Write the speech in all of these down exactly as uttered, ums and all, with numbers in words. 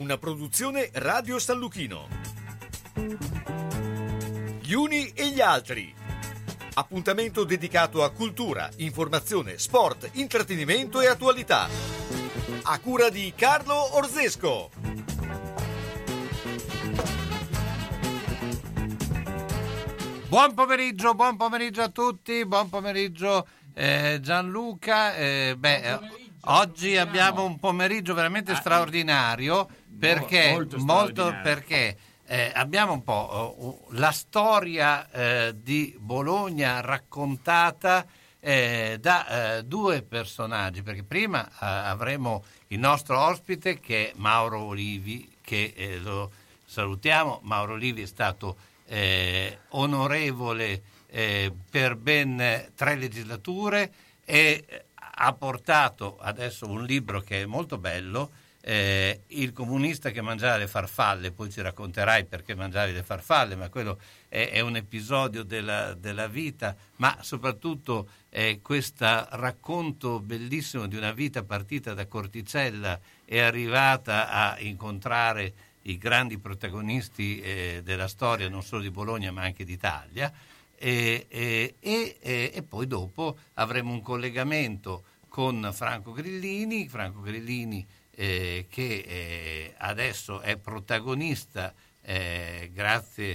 una produzione Radio San Luchino. Gli uni e gli altri. Appuntamento dedicato a cultura, informazione, sport, intrattenimento e attualità. A cura di Carlo Orzesco. Buon pomeriggio, buon pomeriggio a tutti, buon pomeriggio eh, Gianluca. Eh, beh, eh, oggi abbiamo un pomeriggio veramente straordinario perché, molto molto straordinario. perché eh, abbiamo un po' uh, la storia eh, di Bologna raccontata eh, da eh, due personaggi, perché prima eh, avremo il nostro ospite che è Mauro Olivi, che eh, lo salutiamo. Mauro Olivi è stato Eh, onorevole eh, per ben tre legislature e ha portato adesso un libro che è molto bello, eh, Il comunista che mangiava le farfalle. Poi ci racconterai perché mangiavi le farfalle, ma quello è, è un episodio della, della vita, ma soprattutto è questo racconto bellissimo di una vita partita da Corticella e arrivata a incontrare i grandi protagonisti eh, della storia non solo di Bologna ma anche d'Italia, e, e, e, e poi dopo avremo un collegamento con Franco Grillini, Franco Grillini eh, che eh, adesso è protagonista eh, grazie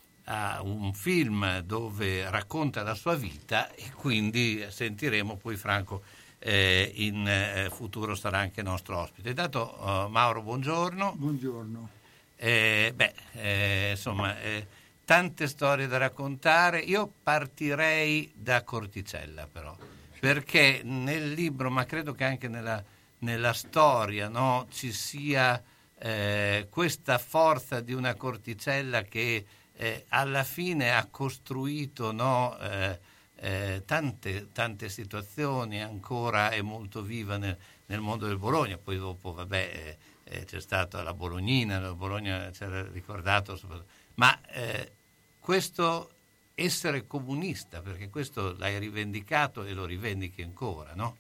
a un film dove racconta la sua vita, e quindi sentiremo poi Franco Eh, in eh, futuro sarà anche nostro ospite. Intanto uh, Mauro, buongiorno. Buongiorno. Eh, beh, eh, insomma, eh, tante storie da raccontare. Io partirei da Corticella, però, perché nel libro, ma credo che anche nella, nella storia, no, ci sia eh, questa forza di una Corticella che eh, alla fine ha costruito, no, eh, Eh, tante, tante situazioni, ancora è molto viva nel, nel mondo del Bologna. Poi dopo vabbè eh, eh, c'è stata la Bolognina, la Bologna c'era ricordato, ma eh, questo essere comunista, perché questo l'hai rivendicato e lo rivendichi ancora, no?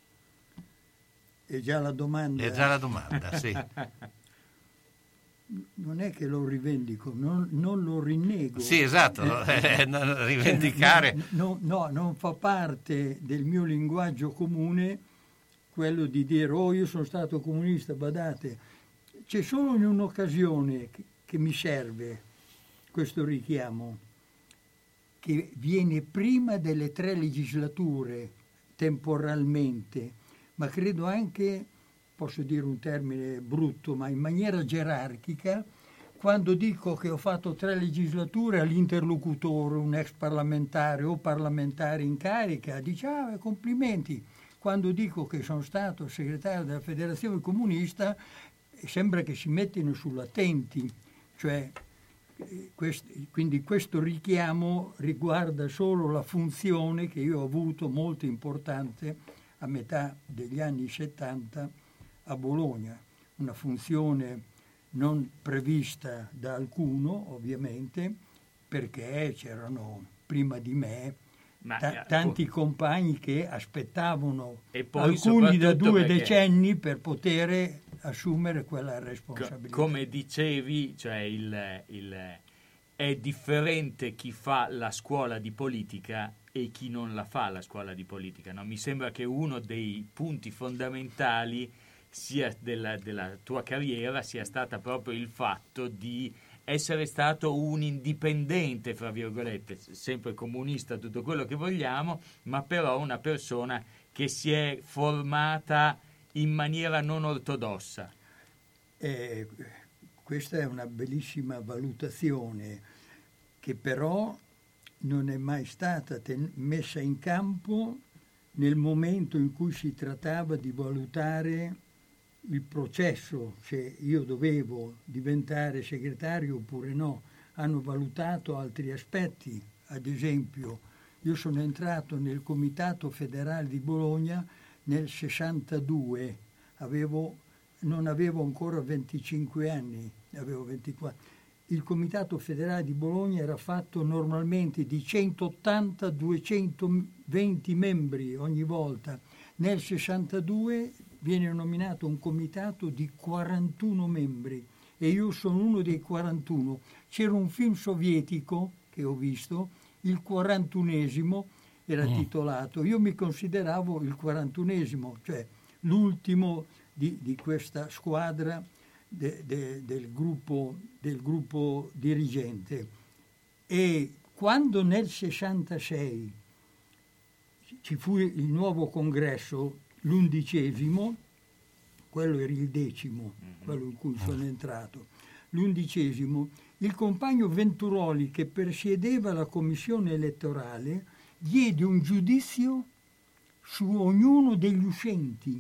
È già la domanda. È già la domanda, sì. Non è che lo rivendico, non, non lo rinnego. Sì, esatto, eh, non rivendicare. No, no, non fa parte del mio linguaggio comune quello di dire oh io sono stato comunista, badate. C'è solo in un'occasione che, che mi serve questo richiamo, che viene prima delle tre legislature temporalmente, ma credo anche, posso dire un termine brutto, ma in maniera gerarchica, quando dico che ho fatto tre legislature all'interlocutore, un ex parlamentare o parlamentare in carica, dice ah, complimenti. Quando dico che sono stato segretario della Federazione Comunista, sembra che si mettino sull'attenti, cioè, questo, quindi questo richiamo riguarda solo la funzione che io ho avuto, molto importante, a metà degli anni settanta, a Bologna, una funzione non prevista da alcuno, ovviamente, perché c'erano prima di me Ma, ta- eh, tanti poi, compagni che aspettavano e poi alcuni da due perché, decenni per poter assumere quella co- responsabilità. come dicevi, cioè il, il, è differente chi fa la scuola di politica e chi non la fa la scuola di politica, no? Mi sembra che uno dei punti fondamentali sia della, della tua carriera sia stata proprio il fatto di essere stato un indipendente, fra virgolette, sempre comunista, tutto quello che vogliamo, ma però una persona che si è formata in maniera non ortodossa. Eh, questa è una bellissima valutazione che però non è mai stata ten- messa in campo nel momento in cui si trattava di valutare il processo, se io dovevo diventare segretario oppure no. Hanno valutato altri aspetti, ad esempio io sono entrato nel Comitato Federale di Bologna nel sessantadue, avevo, non avevo ancora venticinque anni, avevo ventiquattro. Il Comitato Federale di Bologna era fatto normalmente di centottanta a duecentoventi membri ogni volta. Nel sessantadue viene nominato un comitato di quarantuno membri e io sono uno dei quarantuno. C'era un film sovietico che ho visto, il quarantunesimo, era mm. titolato, io mi consideravo il quarantunesimo, cioè l'ultimo di, di questa squadra de, de, del, gruppo, del gruppo dirigente. E quando nel sessantasei ci fu il nuovo congresso, l'undicesimo, quello era il decimo, quello in cui sono entrato, l'undicesimo, il compagno Venturoli, che presiedeva la commissione elettorale, diede un giudizio su ognuno degli uscenti,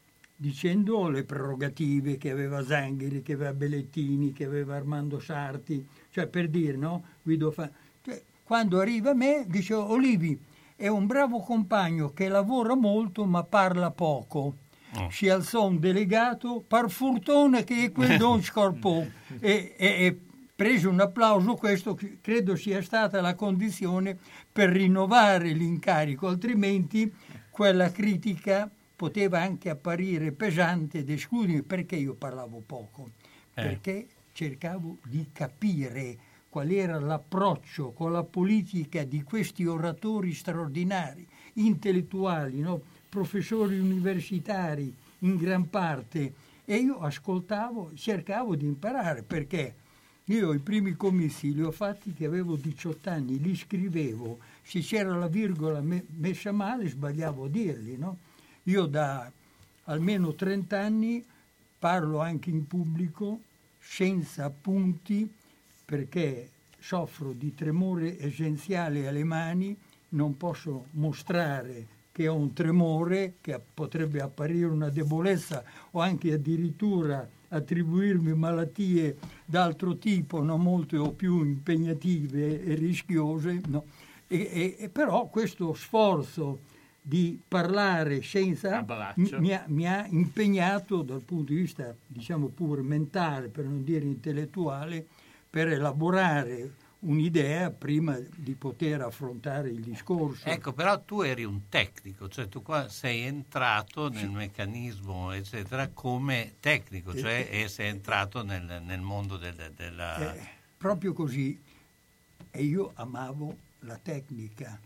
dicendo le prerogative che aveva Zangheri, che aveva Bellettini, che aveva Armando Sarti, cioè per dire, no? Guido Fa... cioè, quando arriva a me, dice Olivi, è un bravo compagno che lavora molto ma parla poco. Oh. Si alzò un delegato, par fortuna che è quel Don Scorpò, e, e, e prese un applauso. Questo credo sia stata la condizione per rinnovare l'incarico, altrimenti quella critica poteva anche apparire pesante ed escludermi. Perché io parlavo poco? Eh. Perché cercavo di capire qual era l'approccio con la politica di questi oratori straordinari, intellettuali, no? Professori universitari in gran parte, e io ascoltavo, cercavo di imparare, perché io i primi comizi li ho fatti che avevo diciotto anni, li scrivevo, se c'era la virgola me- messa male sbagliavo a dirli, no? Io da almeno trenta anni parlo anche in pubblico senza appunti, perché soffro di tremore essenziale alle mani, non posso mostrare che ho un tremore, che potrebbe apparire una debolezza o anche addirittura attribuirmi malattie d'altro tipo, non molto più impegnative e rischiose, no? e, e, e però questo sforzo di parlare senza mi ha, mi ha impegnato dal punto di vista, diciamo, pure mentale, per non dire intellettuale, per elaborare un'idea prima di poter affrontare il discorso. Ecco, però tu eri un tecnico, cioè tu qua sei entrato nel sì. meccanismo, eccetera, come tecnico, cioè eh, e sei entrato nel, nel mondo del, della... Eh, proprio così. E io amavo la tecnica.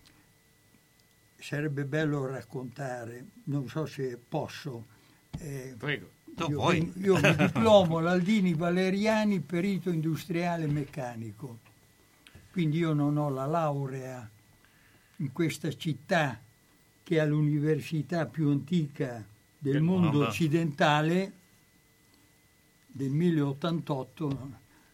Sarebbe bello raccontare, non so se posso. Eh, Prego. Tu io, vuoi? Io mi diplomo Laldini Valeriani, perito industriale meccanico. Quindi io non ho la laurea in questa città che è l'università più antica del mondo occidentale, del milleottantotto.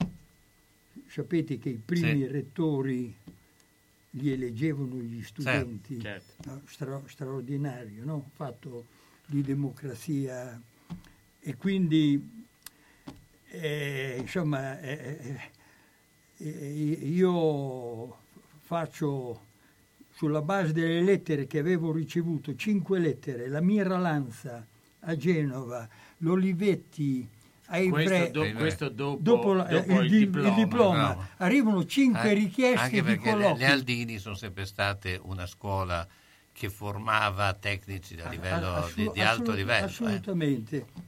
Sapete che i primi sì. rettori li eleggevano gli studenti, certo. no? Stra- straordinario, no? Fatto di democrazia. E quindi eh, insomma eh, eh, io faccio, sulla base delle lettere che avevo ricevuto, cinque lettere, la Miralanza a Genova, l'Olivetti a Ivrea, questo, do, questo dopo, dopo, la, dopo il, il diploma, il diploma no. arrivano cinque An- richieste anche di colloqui. Anche le Aldini sono sempre state una scuola che formava tecnici a livello Assu- di, di alto assolut- livello. Assolutamente. Eh.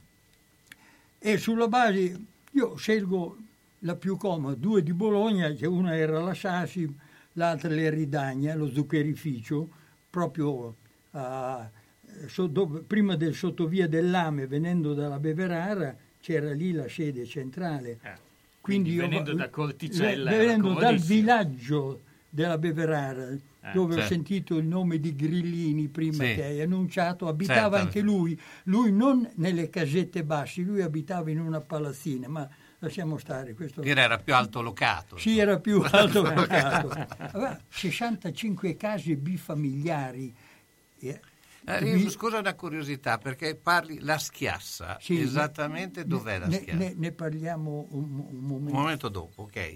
E sulla base, io scelgo la più comoda, due di Bologna, che una era la Sassi, l'altra l'Eridagna, lo zuccherificio, proprio a, so, dove, prima del sottovia del Lame, venendo dalla Beverara, c'era lì la sede centrale. Eh, quindi, quindi io, venendo da Corticella, venendo dal villaggio della Beverara, Eh, dove certo. ho sentito il nome di Grillini prima sì. che hai annunciato, abitava certo. anche lui, lui non nelle casette bassi, lui abitava in una palazzina, ma lasciamo stare. Questo... Era più alto locato. Sì, era più alto locato. Aveva sessantacinque case bifamiliari. Eh, io, scusa una curiosità, perché parli la Schiassa, sì, esattamente ne, dov'è la ne, Schiassa? Ne, ne parliamo un, un momento. Un momento dopo, ok.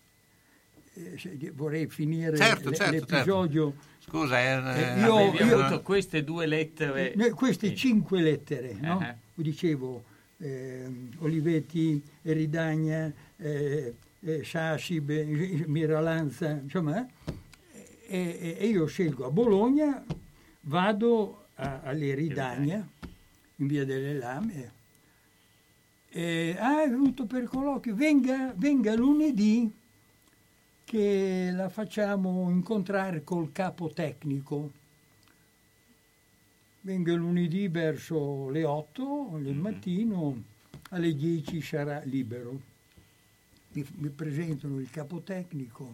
Vorrei finire certo, l- certo, l'episodio. Certo. Scusa, eh, eh, io, avevi io, avuto queste due lettere. Eh, queste cinque lettere, no? Uh-huh. Dicevo, eh, Olivetti, Eridagna, eh, eh, Sassi, Be- Miralanza, insomma, eh, e, e io scelgo a Bologna, vado a, all'Eridagna in via delle Lame. E, ah, è venuto per colloquio, venga, venga lunedì che la facciamo incontrare col capo tecnico. Venga lunedì verso le otto del mattino, alle dieci sarà libero. Mi, mi presentano il capo tecnico,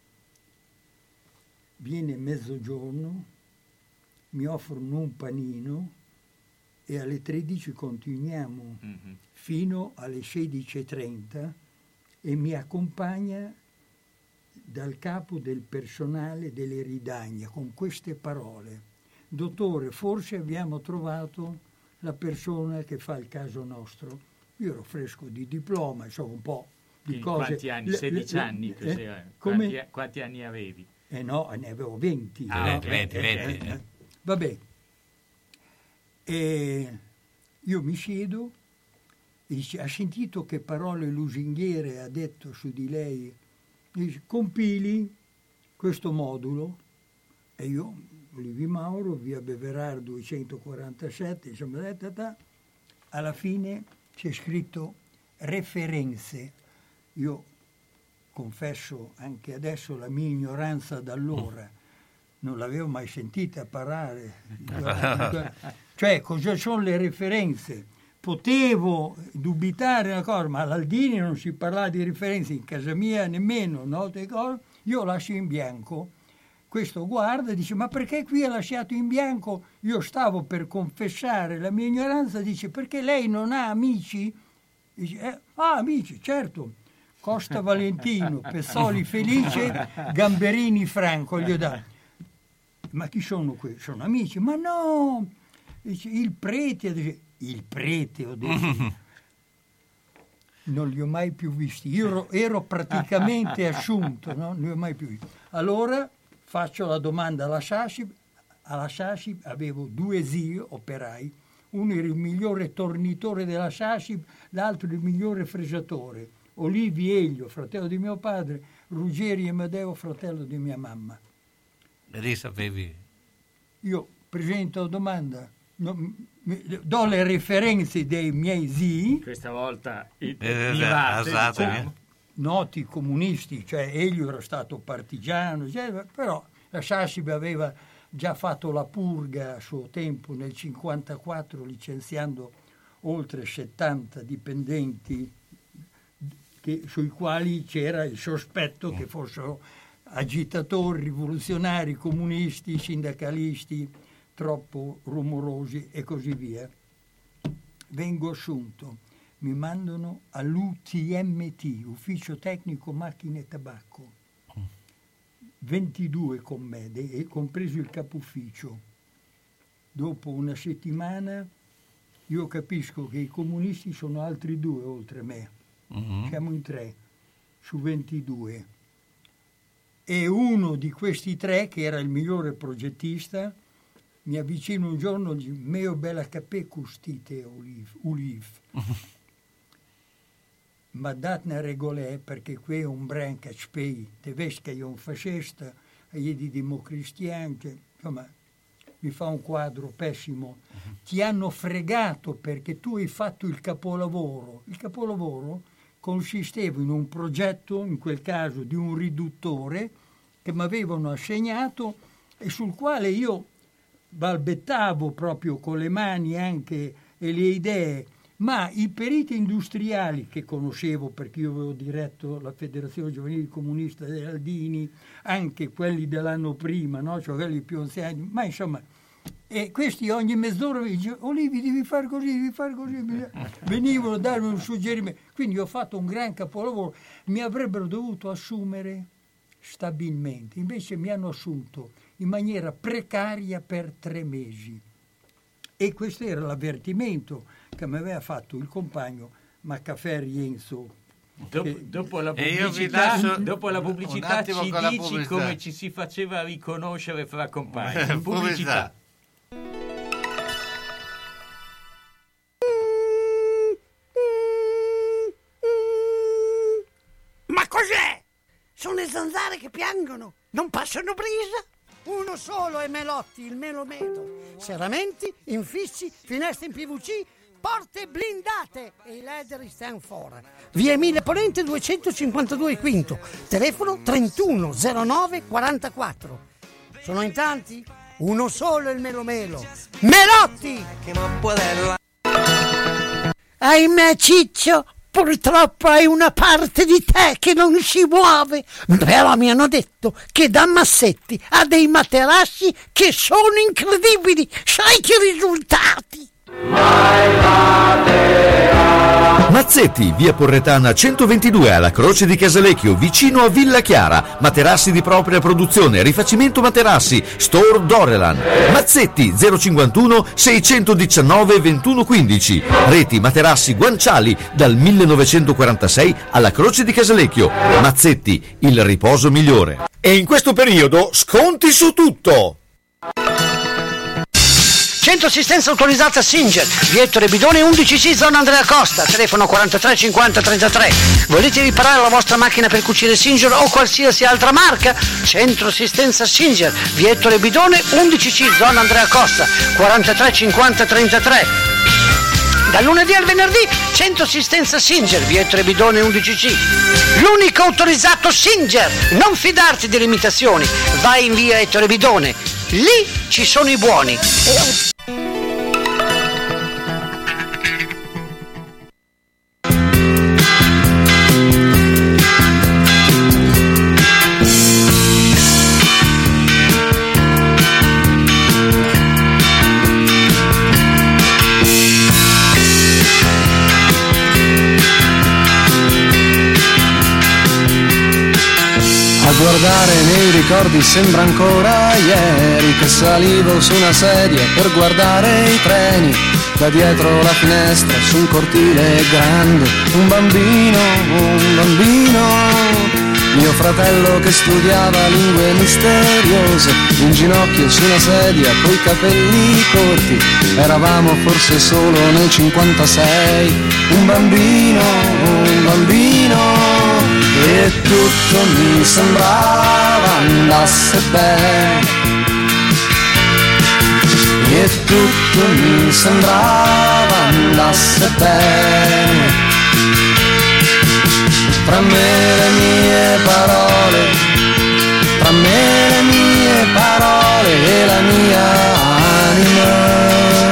viene mezzogiorno, mi offrono un panino e alle tredici continuiamo mm-hmm. fino alle sedici e trenta e mi accompagna dal capo del personale delle Ridagna con queste parole: dottore, forse abbiamo trovato la persona che fa il caso nostro. Io ero fresco di diploma, insomma un po' di in cose. Quanti anni? sedici le, anni? Eh, eh, come? Quanti, quanti anni avevi? Eh no, ne avevo venti. Ah, no? venti, venti. Eh, eh, eh. Vabbè. E io mi siedo e dice: ha sentito che parole lusinghiere ha detto su di lei? Dice: compili questo modulo. E io, Olivi Mauro, via Beverard duecentoquarantasette, insomma, alla fine c'è scritto referenze. Io confesso anche adesso la mia ignoranza d'allora, non l'avevo mai sentita parlare. Cioè, cosa sono le referenze? Potevo dubitare una cosa, ma all'Aldini non si parlava di referenze, in casa mia nemmeno, no? Io lascio in bianco. Questo guarda e dice: ma perché qui ha lasciato in bianco? Io stavo per confessare la mia ignoranza, dice: perché lei non ha amici? Dice: eh, ah, amici, certo. Costa Valentino, Pezzoli Felice, Gamberini Franco. Gli ho dato. Ma chi sono questi? Sono amici? Ma no! Dice: il prete. Dice: il prete, ho detto. Non li ho mai più visti. Io ero, ero praticamente asciunto, no? Non li ho mai più visti. Allora faccio la domanda alla Sasib. Alla Sasib avevo due zii operai. Uno era il migliore tornitore della Sasib, l'altro il migliore fregiatore. Olivi Elio, fratello di mio padre, Ruggeri Amadeo, fratello di mia mamma. E lì sapevi? Io presento la domanda, no, do le referenze dei miei zii. Questa volta il, eh, private, esatto, diciamo. Noti comunisti, cioè Elio era stato partigiano, cioè, però la Sasib aveva già fatto la purga a suo tempo nel cinquantaquattro, licenziando oltre settanta dipendenti che, sui quali c'era il sospetto che fossero agitatori, rivoluzionari, comunisti, sindacalisti, troppo rumorosi e così via. Vengo assunto, mi mandano all'U T M T, Ufficio Tecnico Macchine e Tabacco, ventidue con me, compreso il capo ufficio. Dopo una settimana io capisco che i comunisti sono altri due oltre me, uh-huh. Siamo in tre su ventidue. E uno di questi tre, che era il migliore progettista, mi avvicina un giorno e dice: meo bella capè custite Uliv, Uliv. Ma datne regolè, perché qui è un branca spei, te vedi che è un fascista, e di democristiano, cioè, insomma, mi fa un quadro pessimo. Uh-huh. Ti hanno fregato perché tu hai fatto il capolavoro. Il capolavoro consisteva in un progetto, in quel caso di un riduttore, che mi avevano assegnato e sul quale io balbettavo proprio con le mani anche e le idee, ma i periti industriali che conoscevo, perché io avevo diretto la Federazione Giovanile Comunista degli Aldini, anche quelli dell'anno prima, no? Cioè quelli più anziani, ma insomma, e questi ogni mezz'ora mi dicevano: Olivi, devi fare così, devi fare così, venivano a darmi un suggerimento. Quindi ho fatto un gran capolavoro, mi avrebbero dovuto assumere stabilmente, invece mi hanno assunto in maniera precaria per tre mesi. E questo era l'avvertimento che mi aveva fatto il compagno Maccaferri Enzo. Dopo, che, dopo la pubblicità, lascio, dopo la pubblicità ci dici pubblicità. Come ci si faceva riconoscere fra compagni. Eh, pubblicità. Ma cos'è? Sono le zanzare che piangono, non passano brisa? Uno solo è Melotti, il Melomelo. Serramenti, infissi, finestre in P V C, porte blindate e i leder stand for. Via Emile Ponente duecentocinquantadue Quinto, telefono trentuno zero nove quarantaquattro. Sono in tanti? Uno solo è il Melomelo. Melotti! Ahimè Ciccio, purtroppo hai una parte di te che non si muove, però mi hanno detto che da Massetti ha dei materassi che sono incredibili. Sai che risultati? Mazzetti, via Porretana centoventidue alla Croce di Casalecchio, vicino a Villa Chiara. Materassi di propria produzione, rifacimento materassi, Store Dorelan. Mazzetti zero cinquantuno seicentodiciannove ventuno quindici. Reti materassi guanciali dal millenovecentoquarantasei alla Croce di Casalecchio. Mazzetti, il riposo migliore. E in questo periodo sconti su tutto. Centro assistenza autorizzata Singer, via Ettore Bidone undici C, zona Andrea Costa, telefono quarantatré cinquanta trentatré. Volete riparare la vostra macchina per cucire Singer o qualsiasi altra marca? Centro assistenza Singer, via Ettore Bidone undici C, zona Andrea Costa, quarantatré cinquanta trentatré. Dal lunedì al venerdì, centro assistenza Singer, via Ettore Bidone undici C. L'unico autorizzato Singer, non fidarti delle imitazioni, vai in via Ettore Bidone, lì ci sono i buoni. Guardare nei ricordi sembra ancora ieri che salivo su una sedia per guardare i treni, da dietro la finestra su un cortile grande, un bambino, un bambino, mio fratello che studiava lingue misteriose, in ginocchio su una sedia coi capelli corti, eravamo forse solo nel cinquantasei, un bambino, un bambino, e tutto mi sembrava andasse bene, e tutto mi sembrava andasse bene, tra me le mie parole, tra me le mie parole e la mia anima.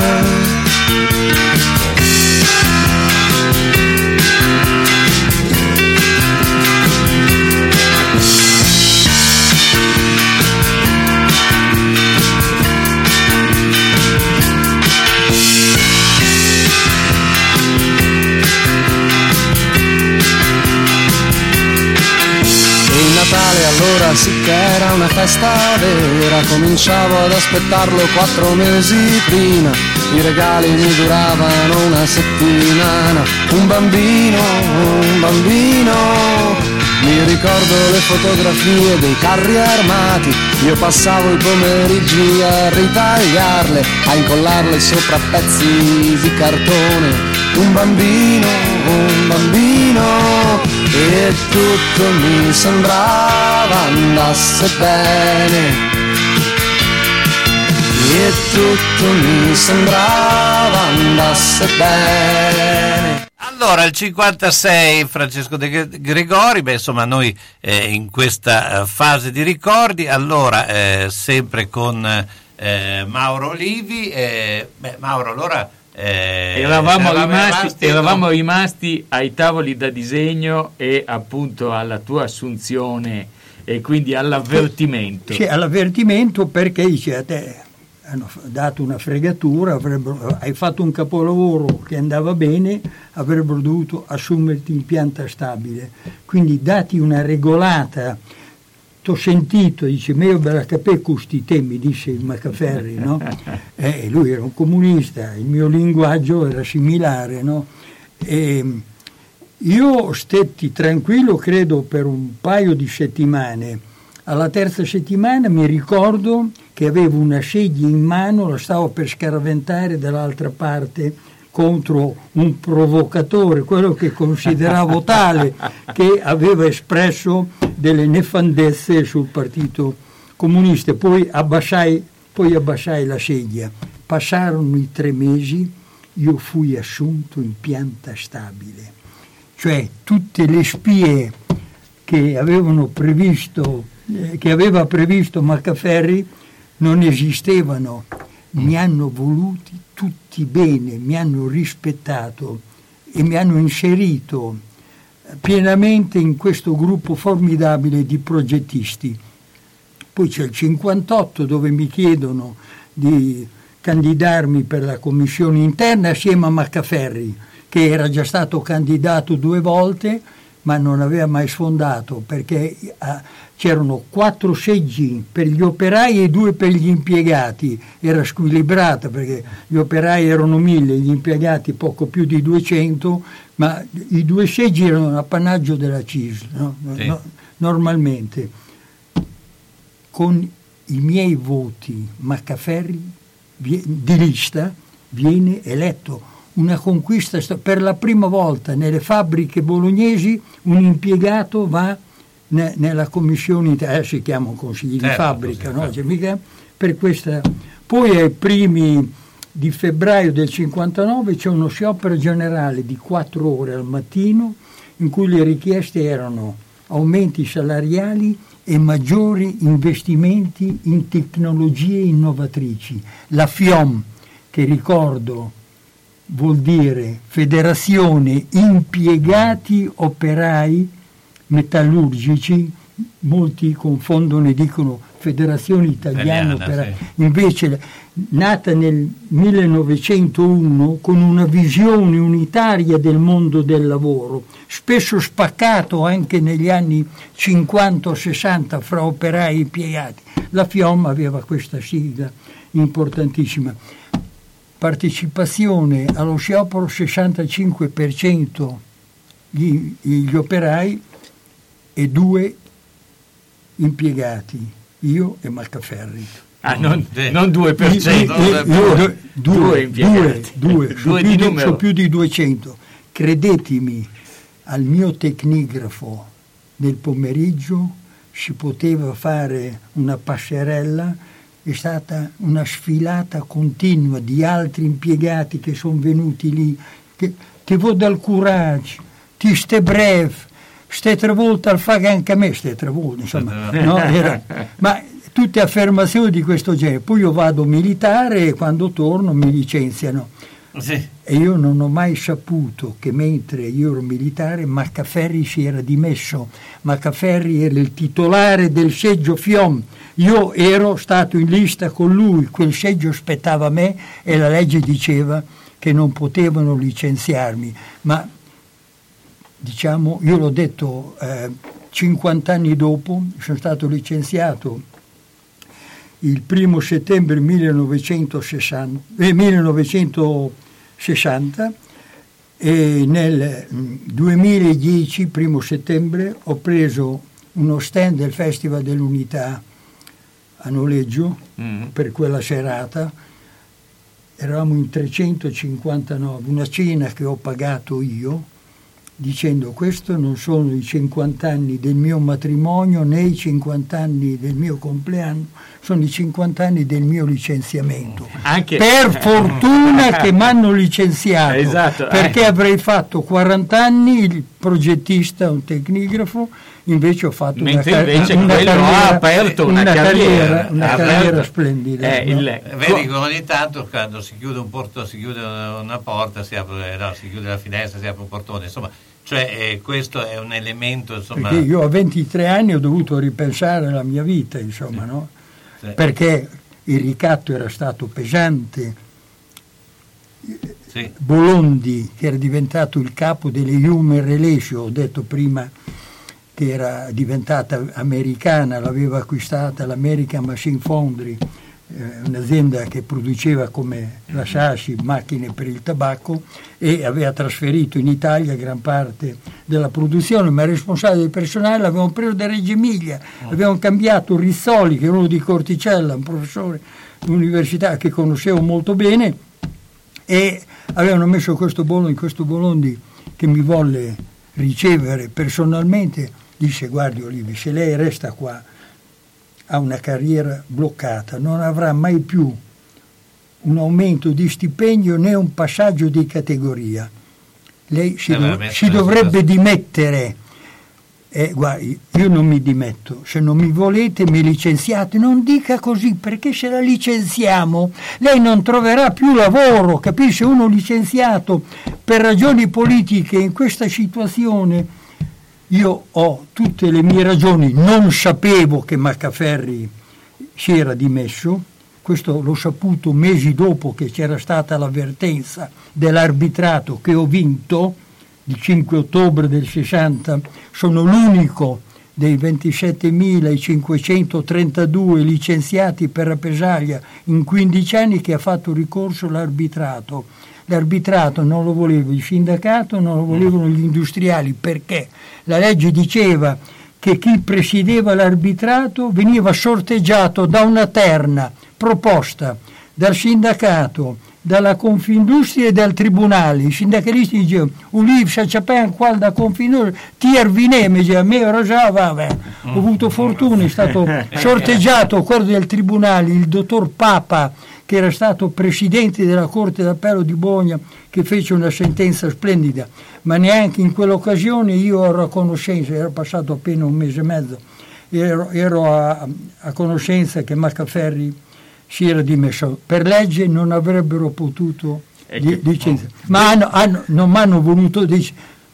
Natale allora sì che era una festa vera, cominciavo ad aspettarlo quattro mesi prima, i regali mi duravano una settimana, un bambino, un bambino, mi ricordo le fotografie dei carri armati, io passavo i pomeriggi a ritagliarle, a incollarle sopra pezzi di cartone, un bambino, un bambino, e tutto mi sembrava andasse bene, e tutto mi sembrava andasse bene. Allora, il cinquantasei, Francesco De Gregori, beh, insomma, noi eh, in questa eh, fase di ricordi, allora, eh, sempre con eh, Mauro Olivi, eh, beh, Mauro, allora... Eh, eravamo, rimasti, rimasti, eravamo no? rimasti ai tavoli da disegno e appunto alla tua assunzione e quindi all'avvertimento. Sì, all'avvertimento, perché dice a te hanno dato una fregatura, hai fatto un capolavoro che andava bene, avrebbero dovuto assumerti in pianta stabile, quindi dati una regolata. T'ho sentito, dice, meglio bella capè questi temi, disse il Macaferri, no? Eh, lui era un comunista, il mio linguaggio era similare, no? E io stetti tranquillo, credo, per un paio di settimane. Alla terza settimana mi ricordo che avevo una sedia in mano, la stavo per scaraventare dall'altra parte contro un provocatore, quello che consideravo tale, che aveva espresso delle nefandezze sul Partito comunista, poi abbassai, poi abbassai la sedia. Passarono i tre mesi, io fui assunto in pianta stabile, cioè tutte le spie che avevano previsto, eh, che aveva previsto Maccaferri non esistevano, mi hanno voluti tutti bene, mi hanno rispettato e mi hanno inserito pienamente in questo gruppo formidabile di progettisti. Poi c'è il cinquantotto dove mi chiedono di candidarmi per la commissione interna assieme a Maccaferri, che era già stato candidato due volte ma non aveva mai sfondato, perché eh, c'erano quattro seggi per gli operai e due per gli impiegati. Era squilibrata perché gli operai erano mille, gli impiegati poco più di duecento, ma i due seggi erano un appannaggio della C I S, no? Sì. No, normalmente. Con i miei voti Maccaferri di lista viene eletto. Una conquista, per la prima volta nelle fabbriche bolognesi un impiegato va ne, nella commissione, eh, si chiama consigli certo, di fabbrica, no? Cioè, mica per questa. Poi ai primi di febbraio del cinquantanove c'è uno sciopero generale di quattro ore al mattino in cui le richieste erano aumenti salariali e maggiori investimenti in tecnologie innovatrici. La FIOM, che ricordo vuol dire Federazione Impiegati Operai Metallurgici, molti confondono e dicono Federazione Italiana Operai, sì. Invece nata nel millenovecentouno con una visione unitaria del mondo del lavoro, spesso spaccato anche negli anni cinquanta sessanta fra operai e impiegati. La FIOM aveva questa sigla importantissima. Partecipazione allo sciopero sessantacinque per cento gli, gli operai e due impiegati, io e Maccaferri. Ah, non, non due per cento, due, due, due impiegati. Due, due, due più di di, numero. So più di duecento. Credetemi, al mio tecnigrafo nel pomeriggio si poteva fare una passerella. È stata una sfilata continua di altri impiegati che sono venuti lì, che ti vuoi dal coraggio, ti ste breve, ste tre volte al fa anche a me, ste tre volte, insomma, no? Era, ma tutte affermazioni di questo genere. Poi io vado militare e quando torno mi licenziano. Sì. E io non ho mai saputo che mentre io ero militare Maccaferri si era dimesso. Maccaferri era il titolare del seggio FIOM, io ero stato in lista con lui, quel seggio spettava a me e la legge diceva che non potevano licenziarmi, ma diciamo, io l'ho detto eh, cinquanta anni dopo, sono stato licenziato il primo settembre millenovecentosessanta, eh, millenovecentosessanta e nel duemiladieci, primo settembre, ho preso uno stand del Festival dell'Unità a noleggio mm. per quella serata. Eravamo in trecentocinquantanove, una cena che ho pagato io, dicendo questo non sono i cinquanta anni del mio matrimonio né i cinquanta anni del mio compleanno, sono i cinquanta anni del mio licenziamento. Anche... Per fortuna che mi hanno licenziato, esatto, perché eh. avrei fatto quaranta anni il progettista, un tecnigrafo, invece ho fatto Mentre una, invece una quello carriera, ha aperto una, una carriera, carriera, una aperto, carriera splendida. Eh, no? il, Vedi che ogni tanto quando si chiude un porto, si chiude una porta, si apre, no, si chiude la finestra, si apre un portone, insomma, cioè eh, questo è un elemento, insomma. Perché io a ventitré anni ho dovuto ripensare alla mia vita, insomma, sì. no? Sì. Perché il ricatto era stato pesante. Sì. Bolondi, che era diventato il capo delle Human Relations, ho detto prima che era diventata americana, l'aveva acquistata l'American Machine Foundry, eh, un'azienda che produceva come la Sashi macchine per il tabacco, e aveva trasferito in Italia gran parte della produzione, ma il responsabile del personale l'avevamo preso da Reggio Emilia, avevamo cambiato Rizzoli, che era uno di Corticella, un professore d'università che conoscevo molto bene, e avevano messo questo Bolondi, questo Bolondi che mi volle ricevere personalmente. Disse: guardi Olivi, se lei resta qua ha una carriera bloccata, non avrà mai più un aumento di stipendio né un passaggio di categoria. Lei si, dov- si dovrebbe dimettere. Eh, guardi, io non mi dimetto, se non mi volete mi licenziate, non dica così, perché se la licenziamo lei non troverà più lavoro, capisce? Uno licenziato per ragioni politiche in questa situazione, io ho tutte le mie ragioni, non sapevo che Maccaferri si era dimesso, questo l'ho saputo mesi dopo che c'era stata l'avvertenza dell'arbitrato che ho vinto, il cinque ottobre del sessanta, sono l'unico dei ventisettemilacinquecentotrentadue licenziati per rappresaglia in quindici anni che ha fatto ricorso all'arbitrato. L'arbitrato non lo voleva il sindacato, non lo volevano gli industriali, perché la legge diceva che chi presiedeva l'arbitrato veniva sorteggiato da una terna proposta dal sindacato, dalla Confindustria e dal tribunale. I sindacalisti dicevano Uliv, se c'è qua da Confindustria, ti arvineme, a me già, vabbè. Ho avuto fortuna, è stato sorteggiato quello del tribunale, il dottor Papa, che era stato presidente della Corte d'Appello di Bologna, che fece una sentenza splendida, ma neanche in quell'occasione io ero a conoscenza, era passato appena un mese e mezzo, ero, ero a, a conoscenza che Maccaferri si era dimesso. Per legge non avrebbero potuto li, licenziare, oh. ma hanno, hanno, non mi hanno voluto dire,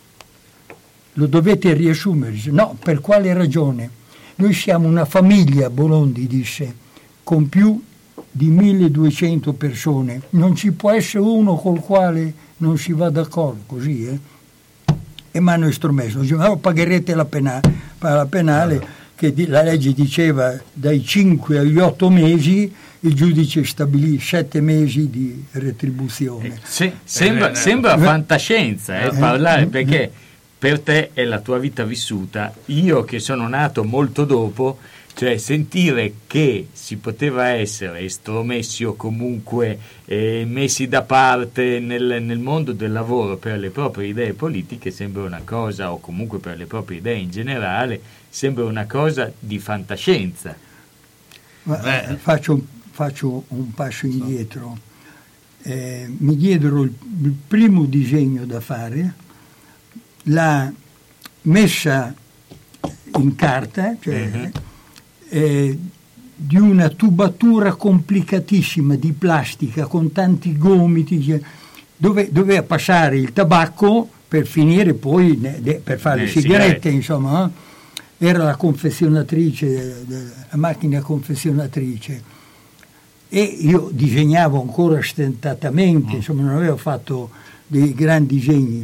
lo dovete riassumere. No, per quale ragione? Noi siamo una famiglia, Bolondi disse, con più di milleduecento persone, non ci può essere uno col quale non si va d'accordo, così eh? E mi hanno estromesso, dicevano pagherete la penale, la penale che la legge diceva dai cinque agli otto mesi, il giudice stabilì sette mesi di retribuzione. Eh, se, sembra, sembra fantascienza eh, parlare, perché per te è la tua vita vissuta, io che sono nato molto dopo, cioè sentire che si poteva essere estromessi o comunque eh, messi da parte nel, nel mondo del lavoro per le proprie idee politiche sembra una cosa, o comunque per le proprie idee in generale, sembra una cosa di fantascienza. Ma, faccio, faccio un passo indietro. Eh, mi diedero il, il primo disegno da fare, la messa in carta, cioè uh-huh. eh, di una tubatura complicatissima di plastica con tanti gomiti, cioè, dove doveva passare il tabacco per finire poi ne, de, per fare le, le sigarette, sigarette, insomma. Eh? Era la confezionatrice, la macchina confezionatrice, e io disegnavo ancora stentatamente, insomma non avevo fatto dei grandi disegni,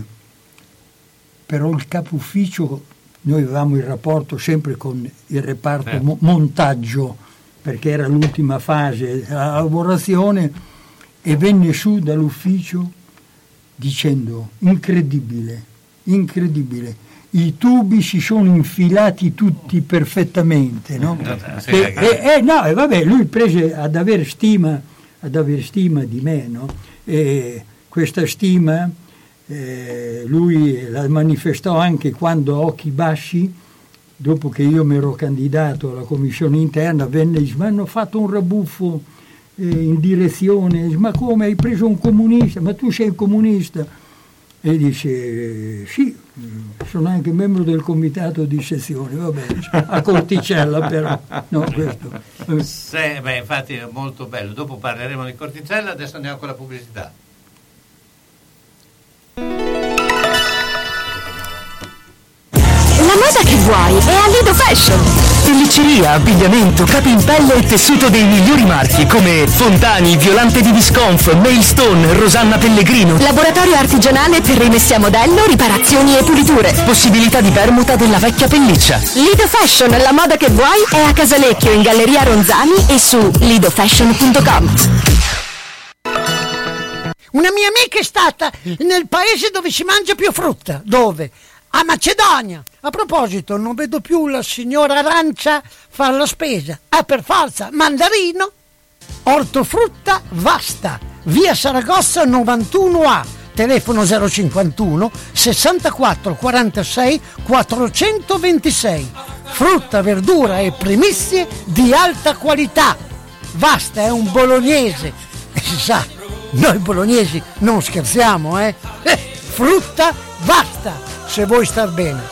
però il capo ufficio, noi avevamo il rapporto sempre con il reparto eh. mo- montaggio, perché era l'ultima fase della lavorazione, e venne su dall'ufficio dicendo incredibile, incredibile, i tubi si sono infilati tutti perfettamente, no? Sì, e, e, e no, e vabbè, lui prese ad avere stima, ad avere stima di me, no? E questa stima eh, lui la manifestò anche quando a occhi bassi, dopo che io mi ero candidato alla commissione interna, venne e disse: ma hanno fatto un rabuffo eh, in direzione, ma come, hai preso un comunista, ma tu sei un comunista? E dice sì, sono anche membro del comitato di sezione, va bene, a Corticella però. No, questo. Sì, beh, infatti è molto bello. Dopo parleremo di Corticella, adesso andiamo con la pubblicità. La moda che vuoi è a Lido Fashion. Pellicceria, abbigliamento, capi in pelle e tessuto dei migliori marchi come Fontani, Violante di Visconf, Mailstone, Rosanna Pellegrino. Laboratorio artigianale per rimessi a modello, riparazioni e puliture. Possibilità di permuta della vecchia pelliccia. Lido Fashion, la moda che vuoi è a Casalecchio in Galleria Ronzani e su lido fashion punto com. Una mia amica è stata nel paese dove si mangia più frutta. Dove? A Macedonia. A proposito, non vedo più la signora Arancia fare la spesa. Ah, per forza, mandarino. Ortofrutta Vasta, via Saragozza novantuno A, telefono zero cinquantuno sessantaquattro quarantasei quattrocentoventisei. frutta, verdura e primizie di alta qualità. Vasta è un bolognese e si sa, noi bolognesi non scherziamo, eh? eh frutta Vasta, se vuoi star bene.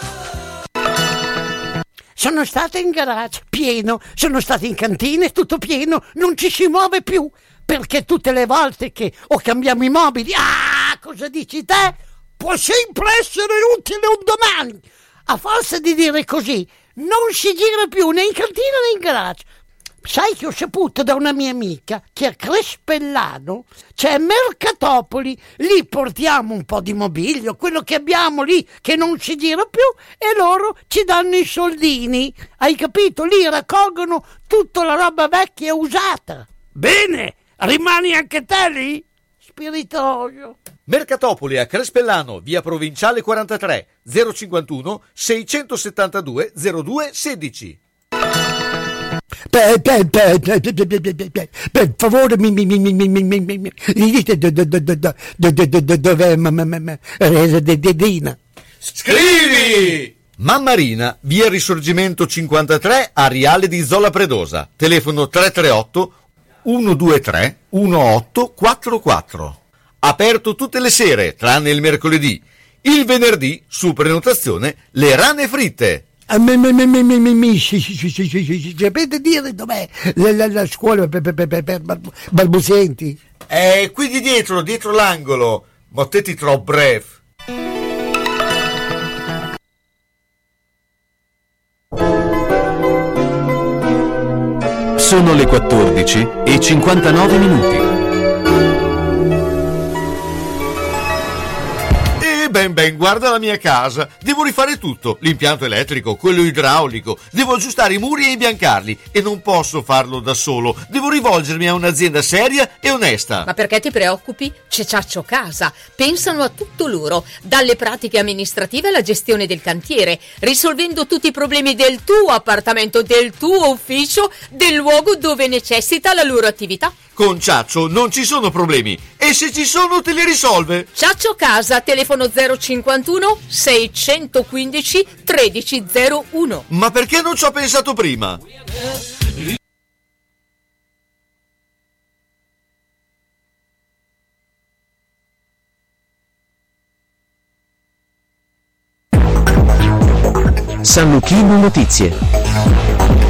Sono stata in garage, pieno, sono stata in cantina, tutto pieno, non ci si muove più, perché tutte le volte che o cambiamo i mobili, ah, cosa dici te? Può sempre essere utile un domani. A forza di dire così, non si gira più né in cantina né in garage. Sai che ho saputo da una mia amica che a Crespellano c'è Mercatopoli, lì portiamo un po' di mobilio, quello che abbiamo lì che non si gira più, e loro ci danno i soldini, hai capito? Lì raccolgono tutta la roba vecchia e usata. Bene, rimani anche te lì? Spiritoso. Mercatopoli a Crespellano, via Provinciale quarantatré, zero cinquantuno seicentosettantadue zero due sedici. Per, per, per, per, per, per favore mi, mi, mi, mi, mi, mi, mi, mi, mi dite dove è Dedina. Scrivi! Mammarina, via Risorgimento cinquantatré, Ariale di Zola Predosa. Telefono tre tre otto uno due tre uno otto quattro quattro. Aperto tutte le sere, tranne il mercoledì. Il venerdì, su prenotazione, le rane fritte. Sapete dire dov'è la, la, la scuola per, per, per, per balbuzienti? È qui di dietro, dietro l'angolo. Ma te ti trovo breve. Sono le quattordici e cinquantanove minuti. Ben ben, guarda la mia casa, devo rifare tutto, l'impianto elettrico, quello idraulico, devo aggiustare i muri e imbiancarli, e non posso farlo da solo, devo rivolgermi a un'azienda seria e onesta. Ma perché ti preoccupi? C'è Ciaccio Casa, pensano a tutto loro, dalle pratiche amministrative alla gestione del cantiere, risolvendo tutti i problemi del tuo appartamento, del tuo ufficio, del luogo dove necessita la loro attività. Con Ciaccio non ci sono problemi, e se ci sono te li risolve. Ciaccio Casa, telefono zero cinquantuno seicentoquindici tredici zero uno. Ma perché non ci ho pensato prima? San Luchino Notizie.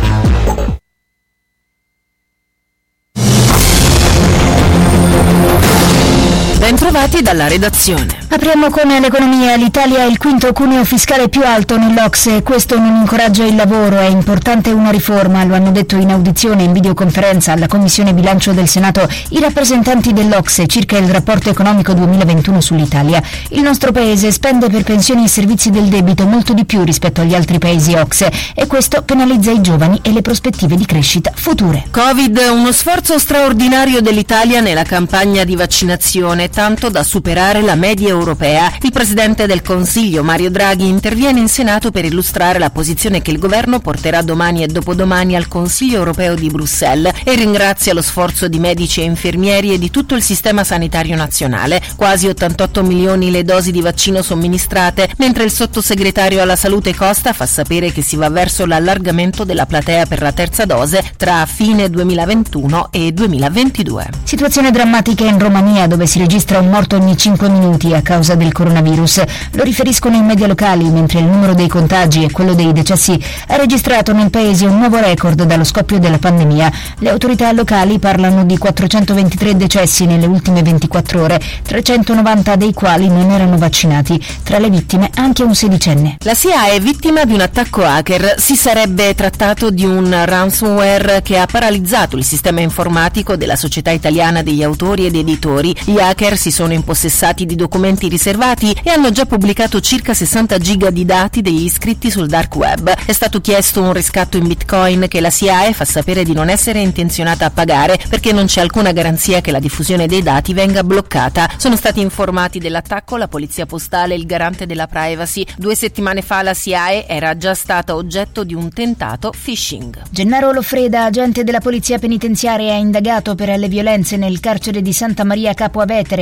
Bentrovati dalla redazione. Apriamo con l'economia. L'Italia è il quinto cuneo fiscale più alto nell'Ocse. Questo non incoraggia il lavoro. È importante una riforma, lo hanno detto in audizione in videoconferenza alla Commissione Bilancio del Senato i rappresentanti dell'Ocse circa il rapporto economico duemilaventuno sull'Italia. Il nostro paese spende per pensioni e servizi del debito molto di più rispetto agli altri paesi Ocse, e questo penalizza i giovani e le prospettive di crescita future. Covid, uno sforzo straordinario dell'Italia nella campagna di vaccinazione, tanto da superare la media europea. Il Presidente del Consiglio, Mario Draghi, interviene in Senato per illustrare la posizione che il governo porterà domani e dopodomani al Consiglio europeo di Bruxelles, e ringrazia lo sforzo di medici e infermieri e di tutto il sistema sanitario nazionale. Quasi ottantotto milioni le dosi di vaccino somministrate, mentre il sottosegretario alla salute Costa fa sapere che si va verso l'allargamento della platea per la terza dose tra fine duemilaventuno e duemilaventidue. Situazione drammatica in Romania, dove si registra un morto ogni cinque minuti a causa del coronavirus. Lo riferiscono i media locali, mentre il numero dei contagi e quello dei decessi ha registrato nel paese un nuovo record dallo scoppio della pandemia. Le autorità locali parlano di quattrocentoventitré decessi nelle ultime ventiquattro ore, trecentonovanta dei quali non erano vaccinati. Tra le vittime anche un sedicenne. La C I A è vittima di un attacco hacker. Si sarebbe trattato di un ransomware che ha paralizzato il sistema informatico della Società Italiana degli Autori ed Editori. Gli hacker si sono impossessati di documenti riservati e hanno già pubblicato circa sessanta giga di dati degli iscritti sul dark web. È stato chiesto un riscatto in bitcoin che la C I A fa sapere di non essere intenzionata a pagare, perché non c'è alcuna garanzia che la diffusione dei dati venga bloccata. Sono stati informati dell'attacco la Polizia Postale e il Garante della Privacy. Due settimane fa la C I A era già stata oggetto di un tentato phishing. Gennaro Loffreda, agente della Polizia Penitenziaria, ha indagato per le violenze nel carcere di Santa Maria Capua Vetere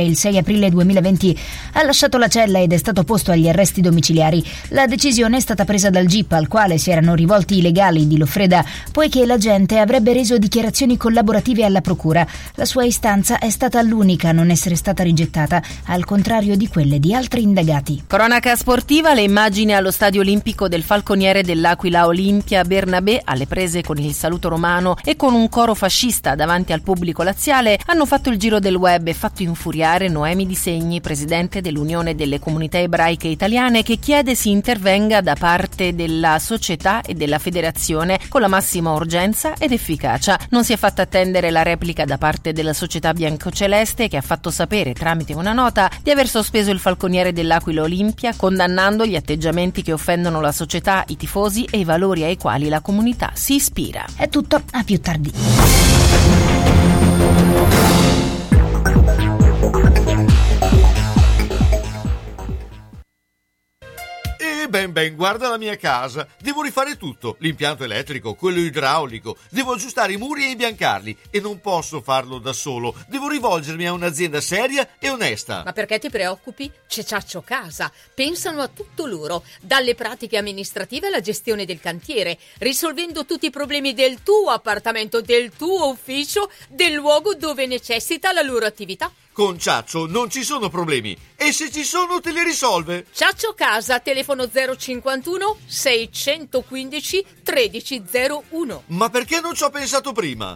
il sei aprile duemilaventi, ha lasciato la cella ed è stato posto agli arresti domiciliari. La decisione è stata presa dal G I P, al quale si erano rivolti i legali di Loffreda, poiché l'agente avrebbe reso dichiarazioni collaborative alla procura. La sua istanza è stata l'unica a non essere stata rigettata, al contrario di quelle di altri indagati. Cronaca sportiva, le immagini allo stadio olimpico del falconiere dell'Aquila Olimpia Bernabé, alle prese con il saluto romano e con un coro fascista davanti al pubblico laziale, hanno fatto il giro del web e fatto infuriare Noemi Di Segni, presidente dell'Unione delle Comunità Ebraiche Italiane, che chiede si intervenga da parte della società e della federazione con la massima urgenza ed efficacia. Non si è fatta attendere la replica da parte della società biancoceleste, che ha fatto sapere tramite una nota di aver sospeso il falconiere dell'Aquila Olimpia, condannando gli atteggiamenti che offendono la società, i tifosi e i valori ai quali la comunità si ispira. È tutto, a più tardi. E ben ben, guarda la mia casa. Devo rifare tutto, l'impianto elettrico, quello idraulico. Devo aggiustare i muri e imbiancarli e non posso farlo da solo. Devo rivolgermi a un'azienda seria e onesta. Ma perché ti preoccupi? C'è Ciaccio Casa. Pensano a tutto loro, dalle pratiche amministrative alla gestione del cantiere, risolvendo tutti i problemi del tuo appartamento, del tuo ufficio, del luogo dove necessita la loro attività. Con Ciaccio non ci sono problemi e se ci sono te li risolve. Ciaccio Casa, telefono zero cinquantuno seicentoquindici tredici zero uno. Ma perché non ci ho pensato prima?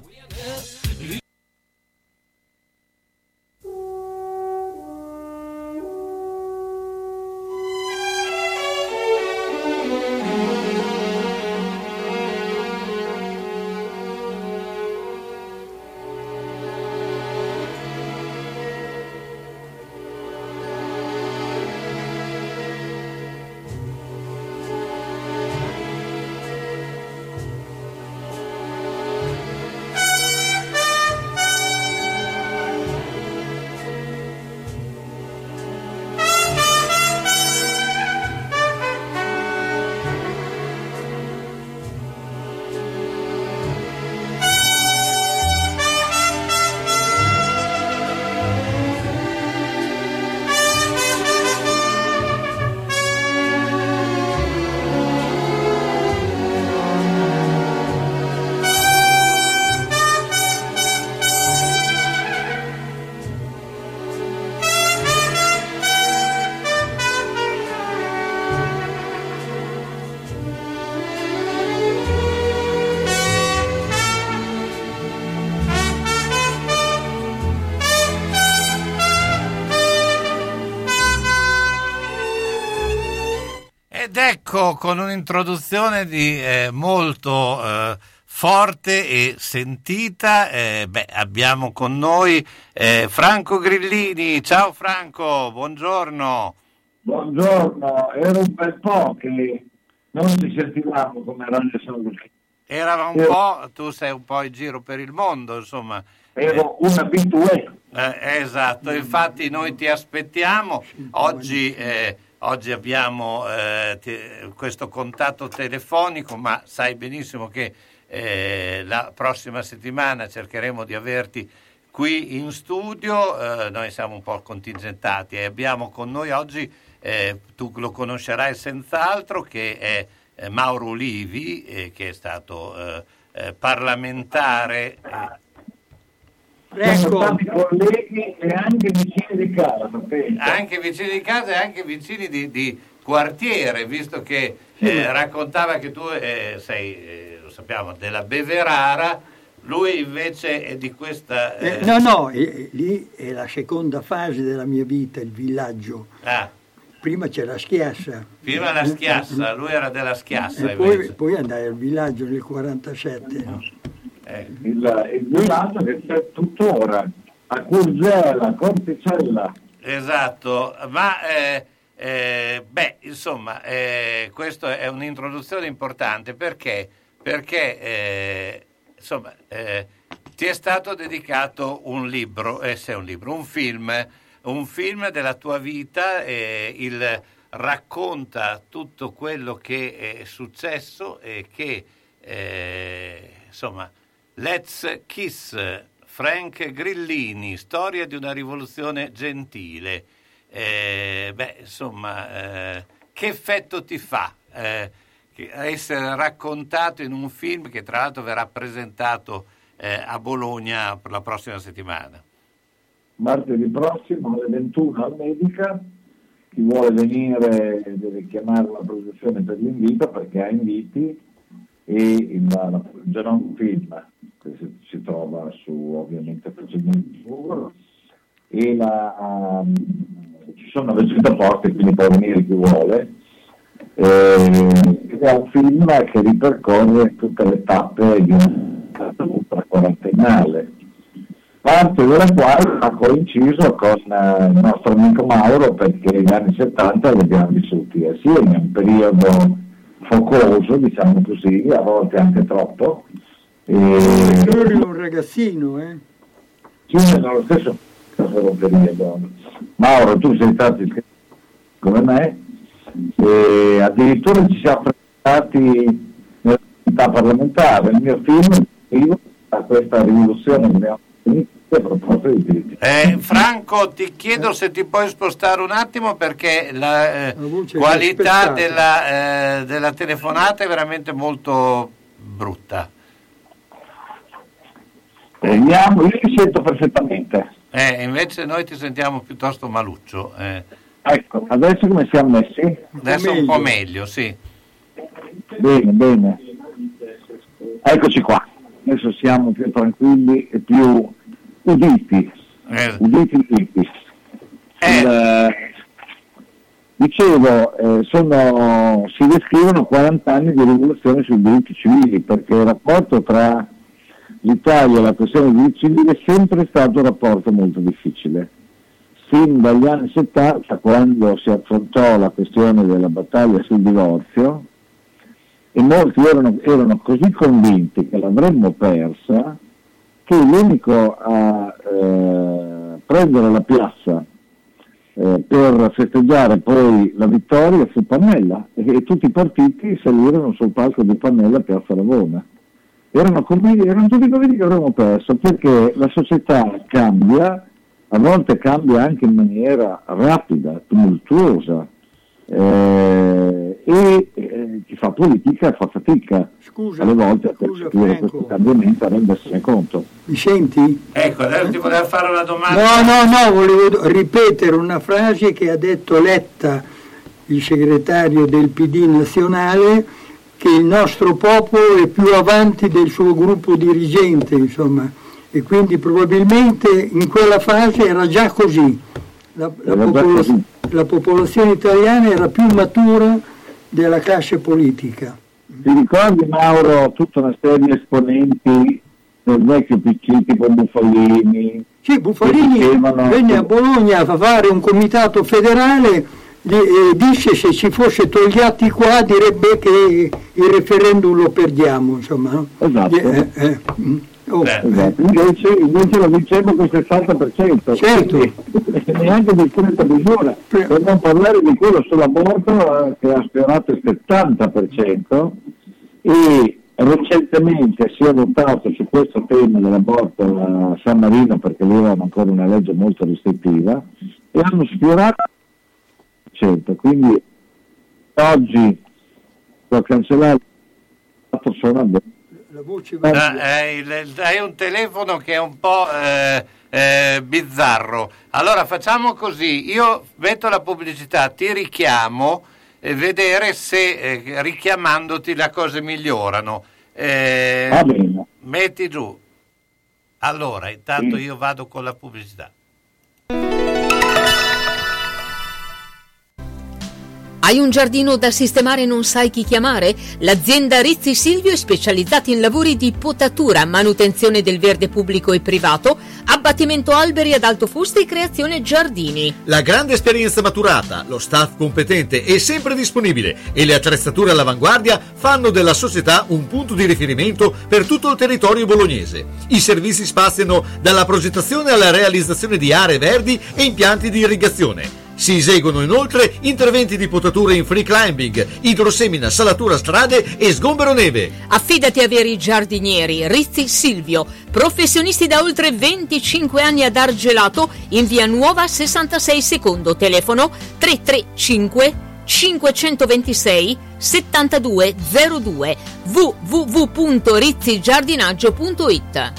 Ed ecco, con un'introduzione di eh, molto eh, forte e sentita, eh, beh, abbiamo con noi eh, Franco Grillini. Ciao Franco, buongiorno. Buongiorno, era un bel po' che non ci sentivamo come Radio San. Era un Ero, po', tu sei un po' in giro per il mondo, insomma. Ero un abitué. Eh, esatto, infatti noi ti aspettiamo. Oggi... Eh, Oggi abbiamo eh, te, questo contatto telefonico, ma sai benissimo che eh, la prossima settimana cercheremo di averti qui in studio. Eh, noi siamo un po' contingentati e abbiamo con noi oggi, eh, tu lo conoscerai senz'altro, che è eh, Mauro Livi, eh, che è stato eh, eh, parlamentare. Eh, Sono stati colleghi e anche vicini di casa, penso. Anche vicini di casa e anche vicini di, di quartiere, visto che eh, raccontava che tu eh, sei, eh, lo sappiamo, della Beverara, lui invece è di questa... Eh, no, no, eh, lì è la seconda fase della mia vita, il villaggio. Ah. Prima c'era Schiassa. Prima la Schiassa, lui era della Schiassa. E poi, poi andai al villaggio nel quarantasette. No. Eh. Il, il villaggio che c'è tuttora a Curgela, Corticella. Esatto, ma eh, eh, beh, insomma, eh, questa è un'introduzione importante perché, perché eh, insomma, eh, ti è stato dedicato un libro, eh, se è un libro, un film, un film della tua vita, eh, il racconta tutto quello che è successo e che, eh, insomma, Let's Kiss Frank Grillini, storia di una rivoluzione gentile. Eh, beh, insomma, eh, che effetto ti fa eh, essere raccontato in un film che tra l'altro verrà presentato eh, a Bologna per la prossima settimana? Martedì prossimo alle ventuno al Medica. Chi vuole venire deve chiamare la produzione per l'invito, perché ha inviti, e il, la, già non film che si, si trova su ovviamente facilmente su, e la, um, ci sono novecento posti, quindi può venire chi vuole, eh, ed è un film che ripercorre tutte le tappe di una ultra quarantennale, parte della quale ha coinciso con uh, il nostro amico Mauro, perché gli anni settanta li abbiamo vissuti assieme, un periodo focoso, diciamo così, a volte anche troppo. E... Lui è un ragazzino, eh? Sì, nello stesso periodo. Mauro, tu sei stato come me, e addirittura ci siamo presentati nell'attività parlamentare. Il mio film a questa rivoluzione che abbiamo finito a proposito di diritti. Eh, Franco, ti chiedo se ti puoi spostare un attimo, perché la, eh, la qualità della, eh, della telefonata è veramente molto brutta. Vediamo, io ti sento perfettamente. Eh, invece noi ti sentiamo piuttosto maluccio. Eh. Ecco, adesso come siamo messi? Adesso un po' meglio, sì. Bene, bene. Eccoci qua. Adesso siamo più tranquilli e più uditi. Eh. Uditi, uditi. Eh. Il, dicevo, eh, sono, si descrivono quaranta anni di rivoluzione sui diritti civili, perché il rapporto tra l'Italia e la questione dei diritti civili è sempre stato un rapporto molto difficile. Fin dagli anni settanta, quando si affrontò la questione della battaglia sul divorzio, e molti erano, erano così convinti che l'avremmo persa, che l'unico a eh, prendere la piazza eh, per festeggiare poi la vittoria fu Pannella, e, e tutti i partiti salirono sul palco di Pannella a Piazza Navona. Erano convinti, erano tutti convinti che avremmo perso, perché la società cambia, a volte cambia anche in maniera rapida, tumultuosa, eh, e eh, chi fa politica fa fatica scusa, alle volte a scusa, percepire questo cambiamento, a rendersene conto. Mi senti? Ecco, adesso ti volevo fare una domanda. No, no, no, volevo ripetere una frase che ha detto Letta, il segretario del P D nazionale, che il nostro popolo è più avanti del suo gruppo dirigente, insomma, e quindi probabilmente in quella fase era già così. La, la, popolo- la popolazione italiana era più matura della classe politica. Ti ricordi, Mauro, tutta una serie di esponenti del vecchio P C, tipo Buffalini? Sì, Buffalini dicevano... venne a Bologna a fare un comitato federale e disse se ci fosse Togliatti qua direbbe che il referendum lo perdiamo, insomma, no? Esatto. Eh, eh, oh, esatto. Invece, invece lo diceva con il sessanta per cento, certo. Neanche di questa misura, per non parlare di quello sull'aborto, eh, che ha sfiorato il settanta per cento, e recentemente si è votato su questo tema dell'aborto a San Marino, perché lì avevano ancora una legge molto restrittiva, e hanno sfiorato il cento. Quindi oggi può cancellare la persona. La voce No, eh, il- hai un telefono che è un po' eh, eh, bizzarro. Allora facciamo così, io metto la pubblicità, ti richiamo e vedere se eh, richiamandoti le cose migliorano. Eh, Va bene. metti giù. Allora, intanto io vado con la pubblicità. Hai un giardino da sistemare e non sai chi chiamare? L'azienda Rizzi Silvio è specializzata in lavori di potatura, manutenzione del verde pubblico e privato, abbattimento alberi ad alto fusto e creazione giardini. La grande esperienza maturata, lo staff competente e sempre disponibile e le attrezzature all'avanguardia fanno della società un punto di riferimento per tutto il territorio bolognese. I servizi spaziano dalla progettazione alla realizzazione di aree verdi e impianti di irrigazione. Si eseguono inoltre interventi di potatura in free climbing, idrosemina, salatura strade e sgombero neve. Affidati a veri giardinieri Rizzi Silvio, professionisti da oltre venticinque anni ad Argelato, in via Nuova sessantasei secondo, telefono tre tre cinque cinquecentoventisei settantadue zero due, w w w punto rizzigiardinaggio punto it.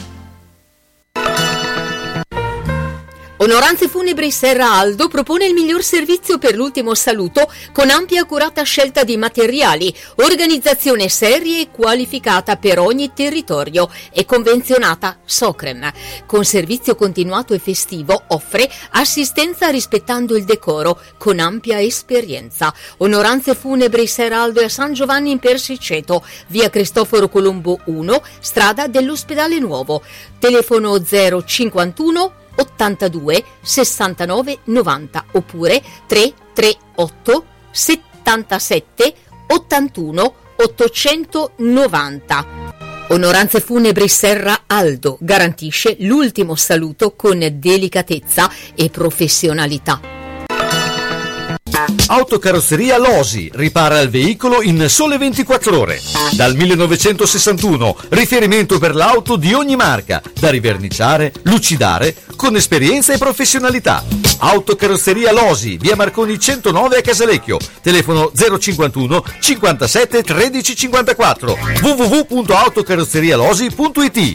Onoranze Funebri Serra Aldo propone il miglior servizio per l'ultimo saluto con ampia e accurata scelta di materiali, organizzazione seria e qualificata per ogni territorio e convenzionata Socrem. Con servizio continuato e festivo offre assistenza rispettando il decoro con ampia esperienza. Onoranze Funebri Serra Aldo a San Giovanni in Persiceto, via Cristoforo Colombo uno, strada dell'Ospedale Nuovo. Telefono zero cinquantuno ottantadue sessantanove novanta oppure tre tre otto settantasette ottantuno ottocentonovanta. Onoranze Funebri Serra Aldo garantisce l'ultimo saluto con delicatezza e professionalità. Autocarrozzeria Losi ripara il veicolo in sole ventiquattro ore. Dal millenovecentosessantuno, riferimento per l'auto di ogni marca, da riverniciare, lucidare, con esperienza e professionalità. Autocarrozzeria Losi, via Marconi centonove a Casalecchio, telefono zero cinquantuno cinquantasette tredici cinquantaquattro, w w w punto autocarrozzerialosi punto it.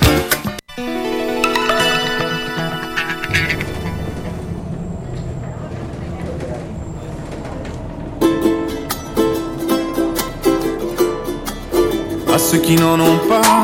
À ceux qui n'en ont pas,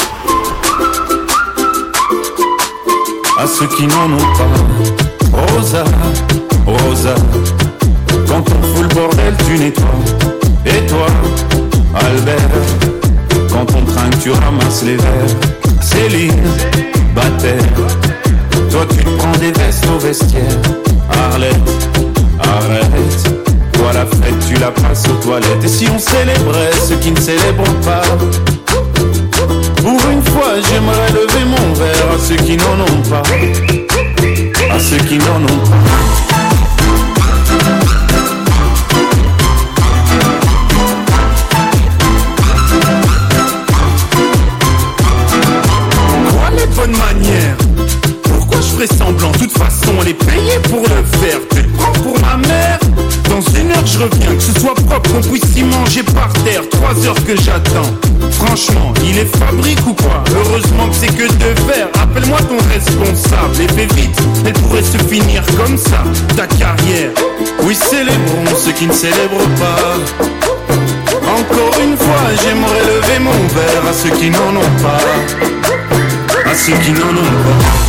à ceux qui n'en ont pas, Rosa, Rosa, quand on fout le bordel tu nettoies. Et toi, Albert, quand on trinque tu ramasses les verres. Céline, Bataire, toi tu te prends des vestes au vestiaire. Arlette, arrête, toi la fête tu la passes aux toilettes. Et si on célébrait ceux qui ne célèbrent pas, pour une fois j'aimerais lever mon verre à ceux qui n'en ont pas, à ceux qui n'en ont pas. Quoi les bonnes manières? Pourquoi je ferais semblant? De toute façon on est payé pour le faire. Tu te prends pour ma mère? Dans une heure je reviens, que ce soit propre, qu'on puisse y manger par terre. Trois heures que j'attends. Franchement, il est fabrique ou quoi? Heureusement que c'est que de verre. Appelle-moi ton responsable et fais vite, elle pourrait se finir comme ça, ta carrière. Oui, célébrons ceux qui ne célèbrent pas. Encore une fois, j'aimerais lever mon verre à ceux qui n'en ont pas, à ceux qui n'en ont pas.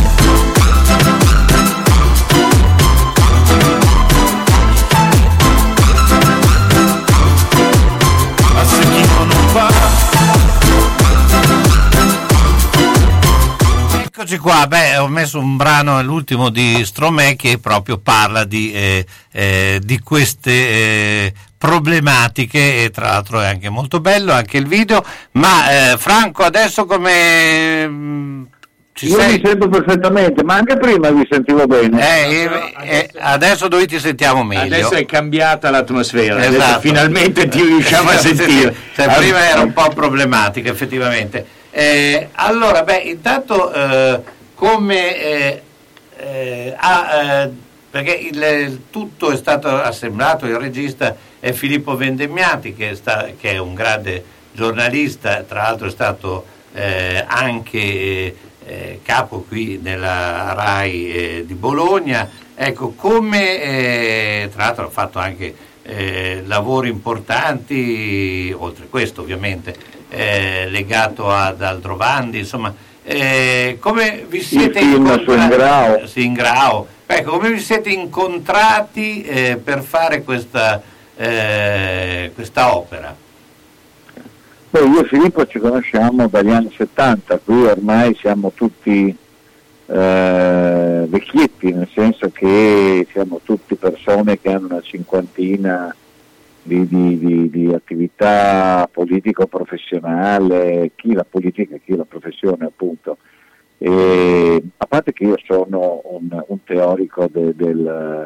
Eccoci qua, beh, ho messo un brano, l'ultimo di Stromae, che proprio parla di, eh, eh, di queste eh, problematiche, e tra l'altro è anche molto bello anche il video. Ma eh, Franco, adesso come mh, ci io sei? mi sento perfettamente, ma anche prima vi sentivo bene. Eh, eh, eh, adesso dove ti sentiamo meglio? Adesso è cambiata l'atmosfera, Esatto. adesso finalmente ti riusciamo a sentire. Cioè, prima era un po' problematica effettivamente. Eh, allora, beh, intanto eh, come eh, eh, ah, eh, perché il, il tutto è stato assemblato, il regista è Filippo Vendemmiati, che, sta, che è un grande giornalista, tra l'altro è stato eh, anche eh, capo qui nella RAI eh, di Bologna. Ecco, come eh, tra l'altro ha fatto anche eh, lavori importanti, oltre a questo ovviamente, Eh, legato ad Aldrovandi, insomma, eh, come vi siete incontrati? Sì, in Grao. Ecco, come vi siete incontrati eh, per fare questa, eh, questa opera? Beh, io e Filippo ci conosciamo dagli anni settanta, qui ormai siamo tutti eh, vecchietti, nel senso che siamo tutti persone che hanno una cinquantina Di, di, di, di attività politico-professionale, chi la politica e chi la professione appunto. E, a parte che io sono un, un teorico de, del,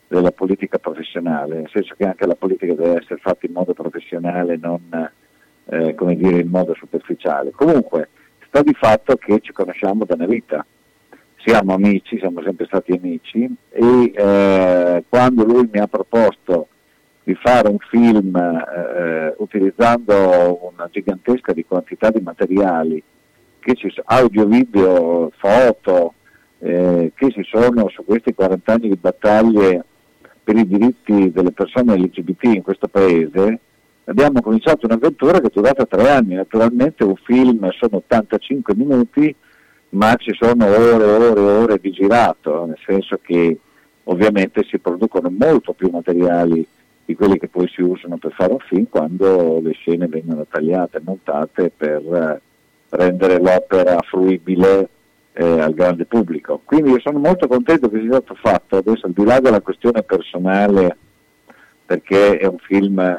della politica professionale, nel senso che anche la politica deve essere fatta in modo professionale, non eh, come dire in modo superficiale. Comunque sta di fatto che ci conosciamo da una vita, siamo amici, siamo sempre stati amici, e eh, quando lui mi ha proposto di fare un film eh, utilizzando una gigantesca di quantità di materiali, che ci sono, audio, video, foto, eh, che ci sono su questi quaranta anni di battaglie per i diritti delle persone L G B T in questo paese, abbiamo cominciato un'avventura che è durata tre anni. Naturalmente un film sono ottantacinque minuti, ma ci sono ore e ore e ore di girato, nel senso che ovviamente si producono molto più materiali di quelli che poi si usano per fare un film, quando le scene vengono tagliate e montate per eh, rendere l'opera fruibile eh, al grande pubblico. Quindi io sono molto contento che sia stato fatto. Adesso, al di là della questione personale, perché è un film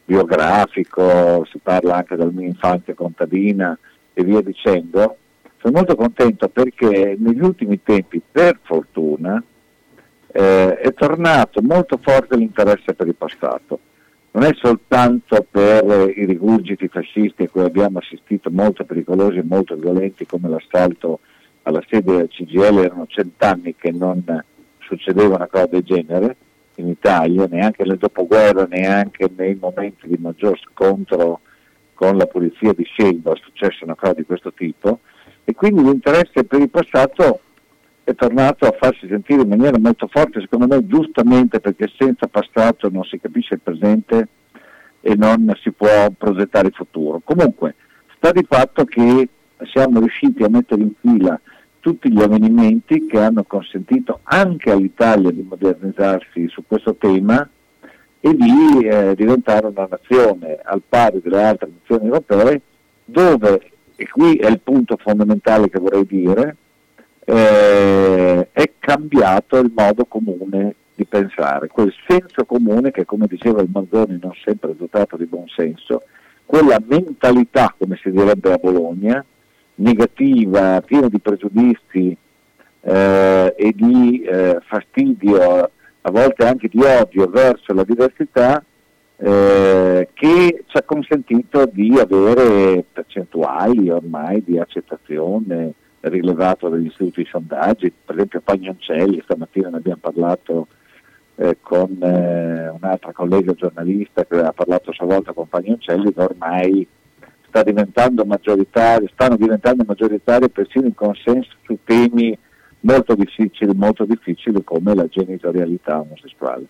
biografico, si parla anche della mia infanzia contadina e via dicendo, sono molto contento perché negli ultimi tempi, per fortuna, Eh, è tornato molto forte l'interesse per il passato. Non è soltanto per eh, i rigurgiti fascisti a cui abbiamo assistito, molto pericolosi e molto violenti, come l'assalto alla sede del C G I L. Erano cent'anni che non succedeva una cosa del genere in Italia, neanche nel dopoguerra, neanche nei momenti di maggior scontro con la polizia di Scelba è successa una cosa di questo tipo, e quindi l'interesse per il passato è tornato a farsi sentire in maniera molto forte, secondo me giustamente, perché senza passato non si capisce il presente e non si può progettare il futuro. Comunque sta di fatto che siamo riusciti a mettere in fila tutti gli avvenimenti che hanno consentito anche all'Italia di modernizzarsi su questo tema e di eh, diventare una nazione al pari delle altre nazioni europee, dove, e qui è il punto fondamentale che vorrei dire, Eh, è cambiato il modo comune di pensare, quel senso comune che, come diceva il Manzoni, non sempre è dotato di buon senso, quella mentalità, come si direbbe a Bologna, negativa, piena di pregiudizi eh, e di eh, fastidio, a volte anche di odio verso la diversità, eh, che ci ha consentito di avere percentuali ormai di accettazione rilevato dagli istituti di sondaggi. Per esempio Pagnoncelli, stamattina ne abbiamo parlato eh, con eh, un'altra collega giornalista che ha parlato a sua volta con Pagnoncelli, che ormai sta diventando maggioritario, stanno diventando maggioritarie persino in consenso su temi molto difficili, molto difficili come la genitorialità omosessuale.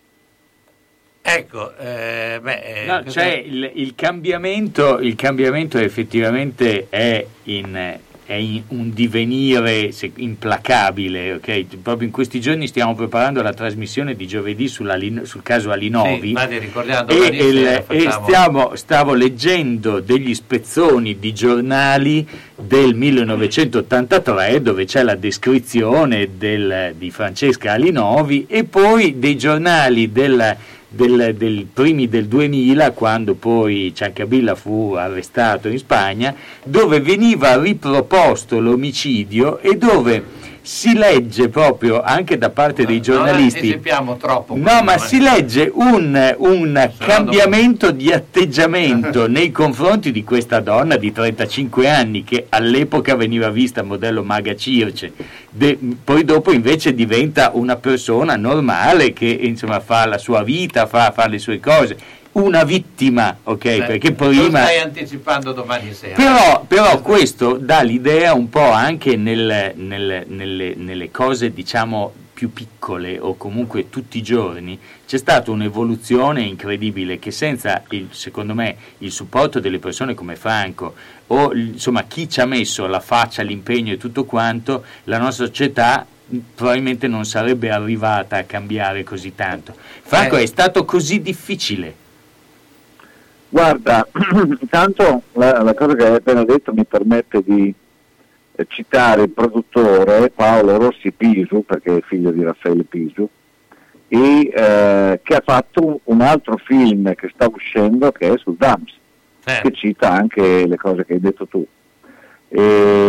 Ecco, eh, beh, eh, no, cioè il, il cambiamento, il cambiamento effettivamente è in è in un divenire implacabile, ok? Proprio in questi giorni stiamo preparando la trasmissione di giovedì sulla, sul caso Alinovi, sì, ricordando e, il, e stiamo, stavo leggendo degli spezzoni di giornali del millenovecentottantatré dove c'è la descrizione del, di Francesca Alinovi, e poi dei giornali del Del, del primi del duemila, quando poi Ciancabilla fu arrestato in Spagna, dove veniva riproposto l'omicidio e dove si legge proprio anche da parte dei giornalisti, non troppo, no ma si legge un, un cambiamento di atteggiamento nei confronti di questa donna di trentacinque anni che all'epoca veniva vista modello Maga Circe, De, poi dopo invece diventa una persona normale che insomma fa la sua vita, fa, fa le sue cose, una vittima, ok? Beh, perché prima lo stai anticipando domani sera. Però, però questo dà l'idea un po' anche nel, nel, nelle, nelle cose diciamo più piccole o comunque tutti i giorni c'è stata un'evoluzione incredibile che senza il, secondo me il supporto delle persone come Franco o insomma chi ci ha messo la faccia, l'impegno e tutto quanto, la nostra società probabilmente non sarebbe arrivata a cambiare così tanto. Franco, eh. è stato così difficile? Guarda, intanto la, la cosa che hai appena detto mi permette di eh, citare il produttore Paolo Rossi Pisu, perché è figlio di Raffaele Pisu, e eh, che ha fatto un, un altro film che sta uscendo, che è sul D A M S, eh. che cita anche le cose che hai detto tu.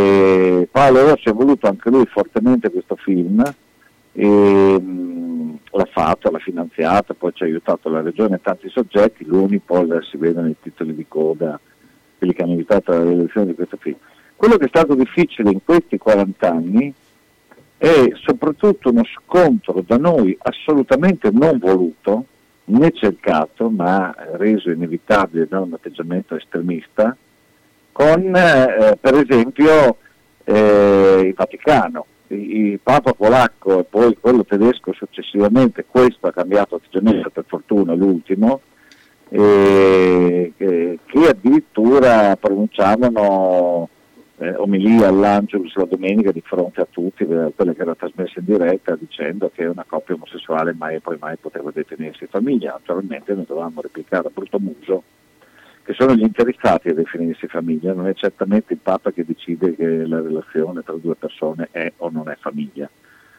E Paolo Rossi ha voluto anche lui fortemente questo film, e, mh, l'ha fatto, l'ha finanziata, poi ci ha aiutato la regione e tanti soggetti, l'Unipol si vede nei titoli di coda, quelli che hanno aiutato la realizzazione di questo film. Quello che è stato difficile in questi quaranta anni è soprattutto uno scontro da noi assolutamente non voluto, né cercato, ma reso inevitabile da un atteggiamento estremista, con eh, per esempio eh, il Vaticano. Il Papa polacco e poi quello tedesco successivamente, questo ha cambiato atteggiamento per fortuna, l'ultimo, eh, che, che addirittura pronunciavano eh, omelia all'Angelus la domenica di fronte a tutti, eh, quella che era trasmessa in diretta, dicendo che una coppia omosessuale mai e poi mai poteva definirsi famiglia. Naturalmente noi dovevamo replicare a brutto muso che sono gli interessati a definirsi famiglia, non è certamente il Papa che decide che la relazione tra due persone è o non è famiglia.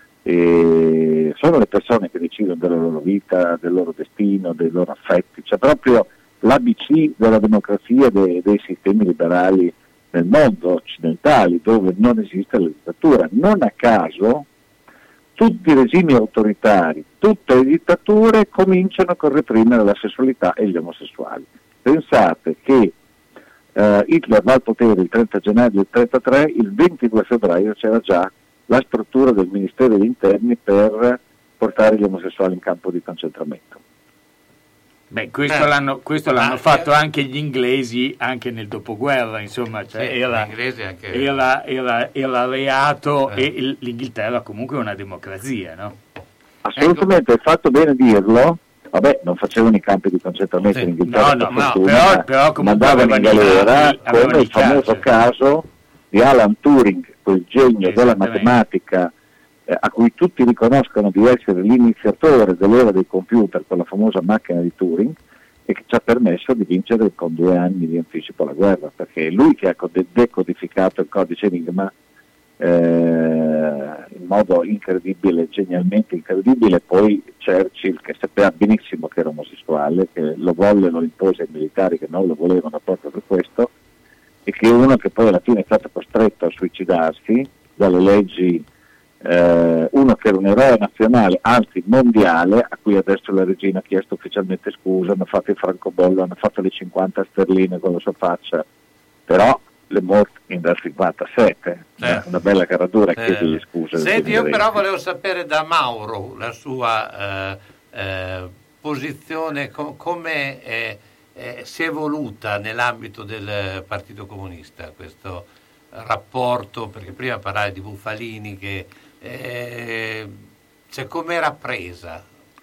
E sono le persone che decidono della loro vita, del loro destino, dei loro affetti, c'è proprio l'A B C della democrazia dei, dei sistemi liberali nel mondo occidentali, dove non esiste la dittatura. Non a caso tutti i regimi autoritari, tutte le dittature cominciano con reprimere la sessualità e gli omosessuali. Pensate che uh, Hitler va al potere il trenta gennaio del trentatré, il ventidue febbraio c'era già la struttura del Ministero degli Interni per portare gli omosessuali in campo di concentramento. Beh, questo Eh. l'hanno, questo l'hanno Ah, fatto eh. anche gli inglesi anche nel dopoguerra, insomma, cioè Sì, era, gli inglesi anche- era, era, era reato Eh. e il- l'Inghilterra comunque è una democrazia, no? Assolutamente, hai fatto bene a dirlo. Vabbè, non facevano i campi di concentramento Sì. in Inghilterra, No, per no, no, fortuna, però- ma però comunque mandavano in avevano i galera, campi, avevano come i il famoso carceri. caso di Alan Turing, quel genio della Esattamente. matematica eh, a cui tutti riconoscono di essere l'iniziatore dell'era dei computer con la famosa macchina di Turing, e che ci ha permesso di vincere con due anni di anticipo la guerra, perché è lui che ha code- decodificato il codice Enigma eh, in modo incredibile, genialmente incredibile. Poi Churchill, che sapeva benissimo che era omosessuale, che lo volle, lo impose ai militari che non lo volevano proprio per questo, e che uno che poi alla fine è stato costretto a suicidarsi dalle leggi, eh, uno che era un eroe nazionale, anzi mondiale, a cui adesso la regina ha chiesto ufficialmente scusa, hanno fatto il francobollo, hanno fatto le cinquanta sterline con la sua faccia, però le morte in dal cinquantasette, Eh. una bella caradura, Eh, chiedergli scusa. Senti, io però volevo sapere da Mauro la sua eh, eh, posizione, co- come eh, eh, si è evoluta nell'ambito del Partito Comunista questo rapporto, perché prima parlavi di Bufalini, che eh, cioè, come era presa?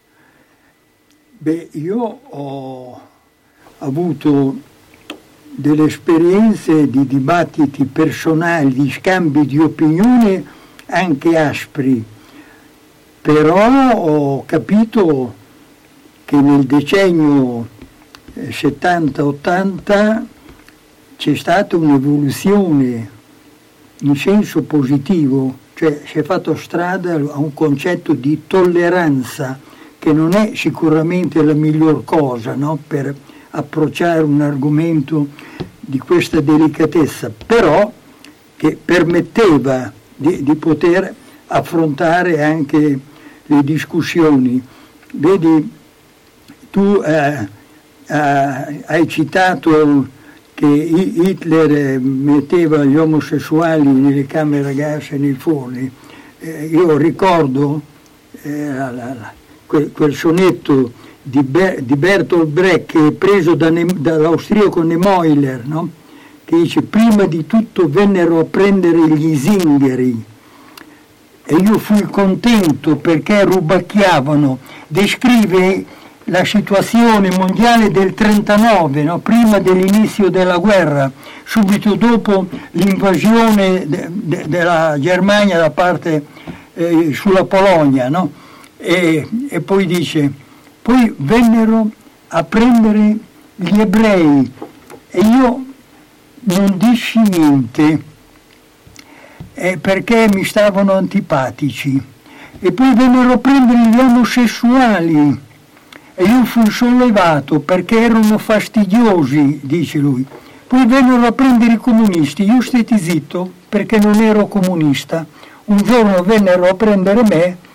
Beh, io ho avuto delle esperienze di dibattiti personali, di scambi di opinione anche aspri, però ho capito che nel decennio eh, settanta ottanta c'è stata un'evoluzione in senso positivo, cioè si è fatto strada a un concetto di tolleranza, che non è sicuramente la miglior cosa, no? Per approcciare un argomento di questa delicatezza, però che permetteva di, di poter affrontare anche le discussioni. Vedi, tu eh, eh, hai citato che Hitler metteva gli omosessuali nelle camere a gas e nei forni. Eh, io ricordo eh, la, la, quel, quel sonetto di, Ber, di Bertolt Brecht, che è preso da ne, dall'austriaco Nemoiller, no? Che dice: prima di tutto vennero a prendere gli zingari e io fui contento perché rubacchiavano. Descrive la situazione mondiale del trentanove, no? Prima dell'inizio della guerra, subito dopo l'invasione de, de, della Germania da parte eh, sulla Polonia, no? e, e poi dice: poi vennero a prendere gli ebrei e io non dissi niente eh, perché mi stavano antipatici, e poi vennero a prendere gli omosessuali e io fui sollevato perché erano fastidiosi, dice lui. Poi vennero a prendere i comunisti, io stetti zitto perché non ero comunista. Un giorno vennero a prendere me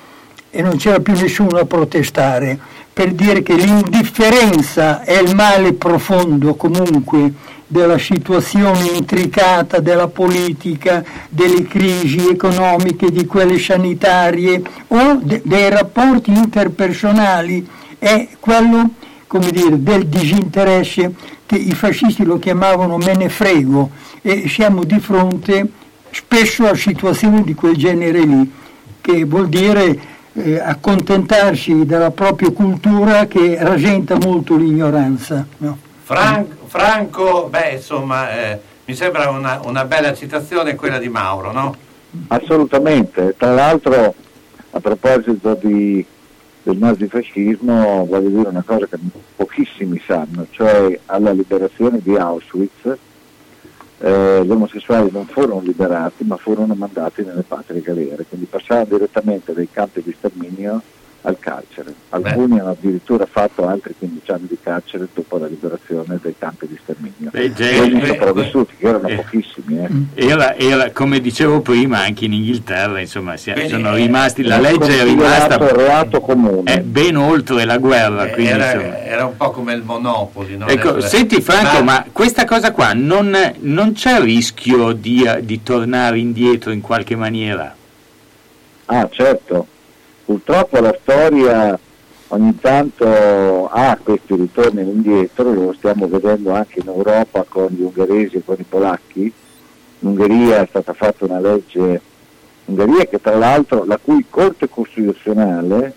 e non c'era più nessuno a protestare, per dire che l'indifferenza è il male profondo comunque della situazione intricata della politica, delle crisi economiche, di quelle sanitarie o de- dei rapporti interpersonali, è quello, come dire, del disinteresse che i fascisti lo chiamavano me ne frego, e siamo di fronte spesso a situazioni di quel genere lì, che vuol dire eh, accontentarsi della propria cultura che rasenta molto l'ignoranza, no? Fran- Franco, beh, insomma, eh, mi sembra una, una bella citazione quella di Mauro, no? Assolutamente. Tra l'altro, a proposito di, del nazifascismo, voglio dire una cosa che pochissimi sanno, cioè alla liberazione di Auschwitz eh, gli omosessuali non furono liberati, ma furono mandati nelle patrie galere, quindi passavano direttamente dai campi di sterminio al carcere. Alcuni Beh. hanno addirittura fatto altri quindici anni di carcere dopo la liberazione dai campi di sterminio. Quelli sopravvissuti, che erano eh, pochissimi. Eh. Era, era, come dicevo prima, anche in Inghilterra, insomma, si, quindi, sono eh, rimasti, la legge è rimasta reato comune. Eh, ben oltre la guerra. Eh, quindi, era, era un po' come il Monopoli. No? Ecco, Le, senti Franco, ma... ma questa cosa qua non, non c'è rischio di, di tornare indietro in qualche maniera? Ah, certo. Purtroppo la storia ogni tanto ha questi ritorni indietro, lo stiamo vedendo anche in Europa con gli ungheresi e con i polacchi. In Ungheria è stata fatta una legge, Ungheria che tra l'altro, la cui Corte Costituzionale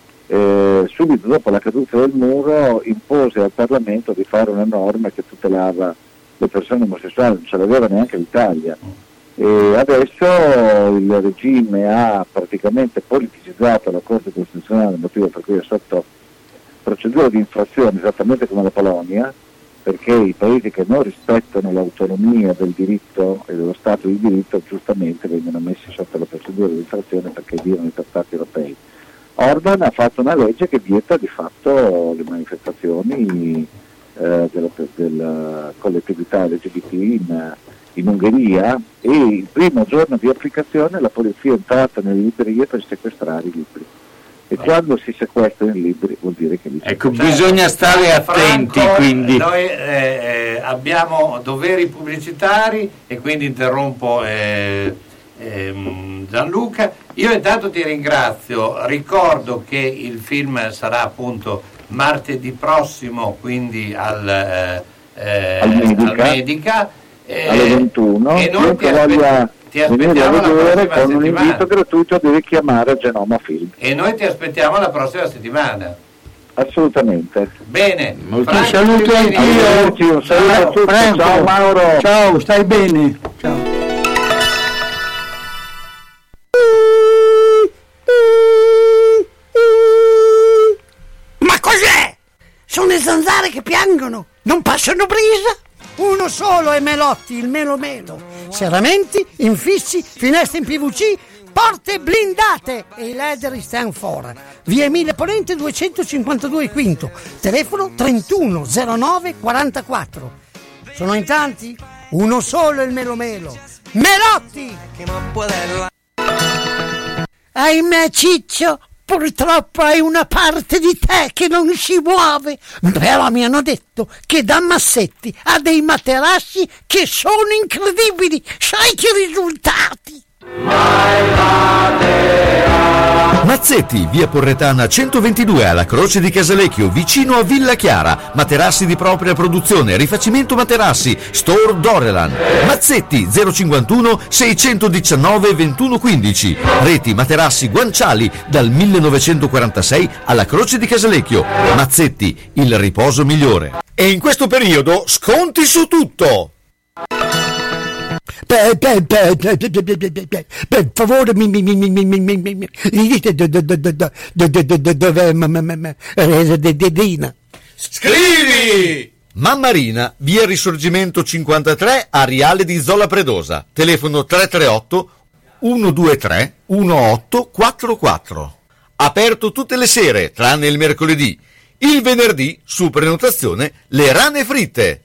eh, subito dopo la caduta del muro impose al Parlamento di fare una norma che tutelava le persone omosessuali, non ce l'aveva neanche l'Italia. E adesso il regime ha praticamente politicizzato la Corte Costituzionale, motivo per cui è sotto procedura di infrazione, esattamente come la Polonia, perché i paesi che non rispettano l'autonomia del diritto e dello Stato di diritto giustamente vengono messi sotto la procedura di infrazione perché violano i trattati europei. Orban ha fatto una legge che vieta di fatto le manifestazioni eh, della, della collettività L G B T in in Ungheria, e il primo giorno di applicazione la polizia è entrata nelle librerie per sequestrare i libri. E quando si sequestrano i libri vuol dire che li ecco, cioè, bisogna stare attenti. Franco, quindi noi eh, abbiamo doveri pubblicitari e quindi interrompo eh, eh, Gianluca. Io intanto ti ringrazio, ricordo che il film sarà appunto martedì prossimo, quindi al, eh, al Medica, al Medica Eh, alle ventuno, e noi ti voglia ti aspettiamo la vedere con settimana. un invito gratuito, devi chiamare a Genoma Film. E noi ti aspettiamo la prossima settimana. Assolutamente. Bene, molti saluti anch'io. Un saluto a tutti. Franco. Ciao Mauro. Ciao, stai bene. Ciao. Ma cos'è? Sono le zanzare che piangono, non passano brisa? Uno solo è Melotti, il Melo Melo. Serramenti, infissi, finestre in P V C, porte blindate e i leder stand for. Via Emile Ponente duecentocinquantadue Quinto, telefono trentuno zero nove quarantaquattro. Sono in tanti? Uno solo è il Melo Melo. Melotti! Ahimè Ciccio, purtroppo hai una parte di te che non si muove, però mi hanno detto che da Massetti ha dei materassi che sono incredibili. Sai che risultati? Mazzetti, via Porretana centoventidue alla Croce di Casalecchio, vicino a Villa Chiara. Materassi di propria produzione, rifacimento materassi, store Dorelan. Mazzetti zero cinquantuno seicentodiciannove ventuno quindici. Reti, materassi, guanciali dal millenovecentoquarantasei alla Croce di Casalecchio. Mazzetti, il riposo migliore. E in questo periodo sconti su tutto. Per, per, per, per, per, per, per, per favore mi mi mi mi mi mi mi mi mi dite dove è Dedina. Scrivi! Mammarina, via Risorgimento cinquantatré, Ariale di Zola Predosa. Telefono tre tre otto uno due tre uno otto quattro quattro. Aperto tutte le sere, tranne il mercoledì. Il venerdì, su prenotazione, le rane fritte.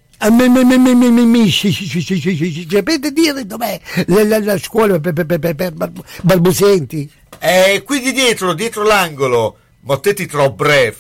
Sapete dire dov'è la, la, la scuola per, per, per, per Balbuzienti? È qui di dietro, dietro l'angolo. Mottetti troppo breve.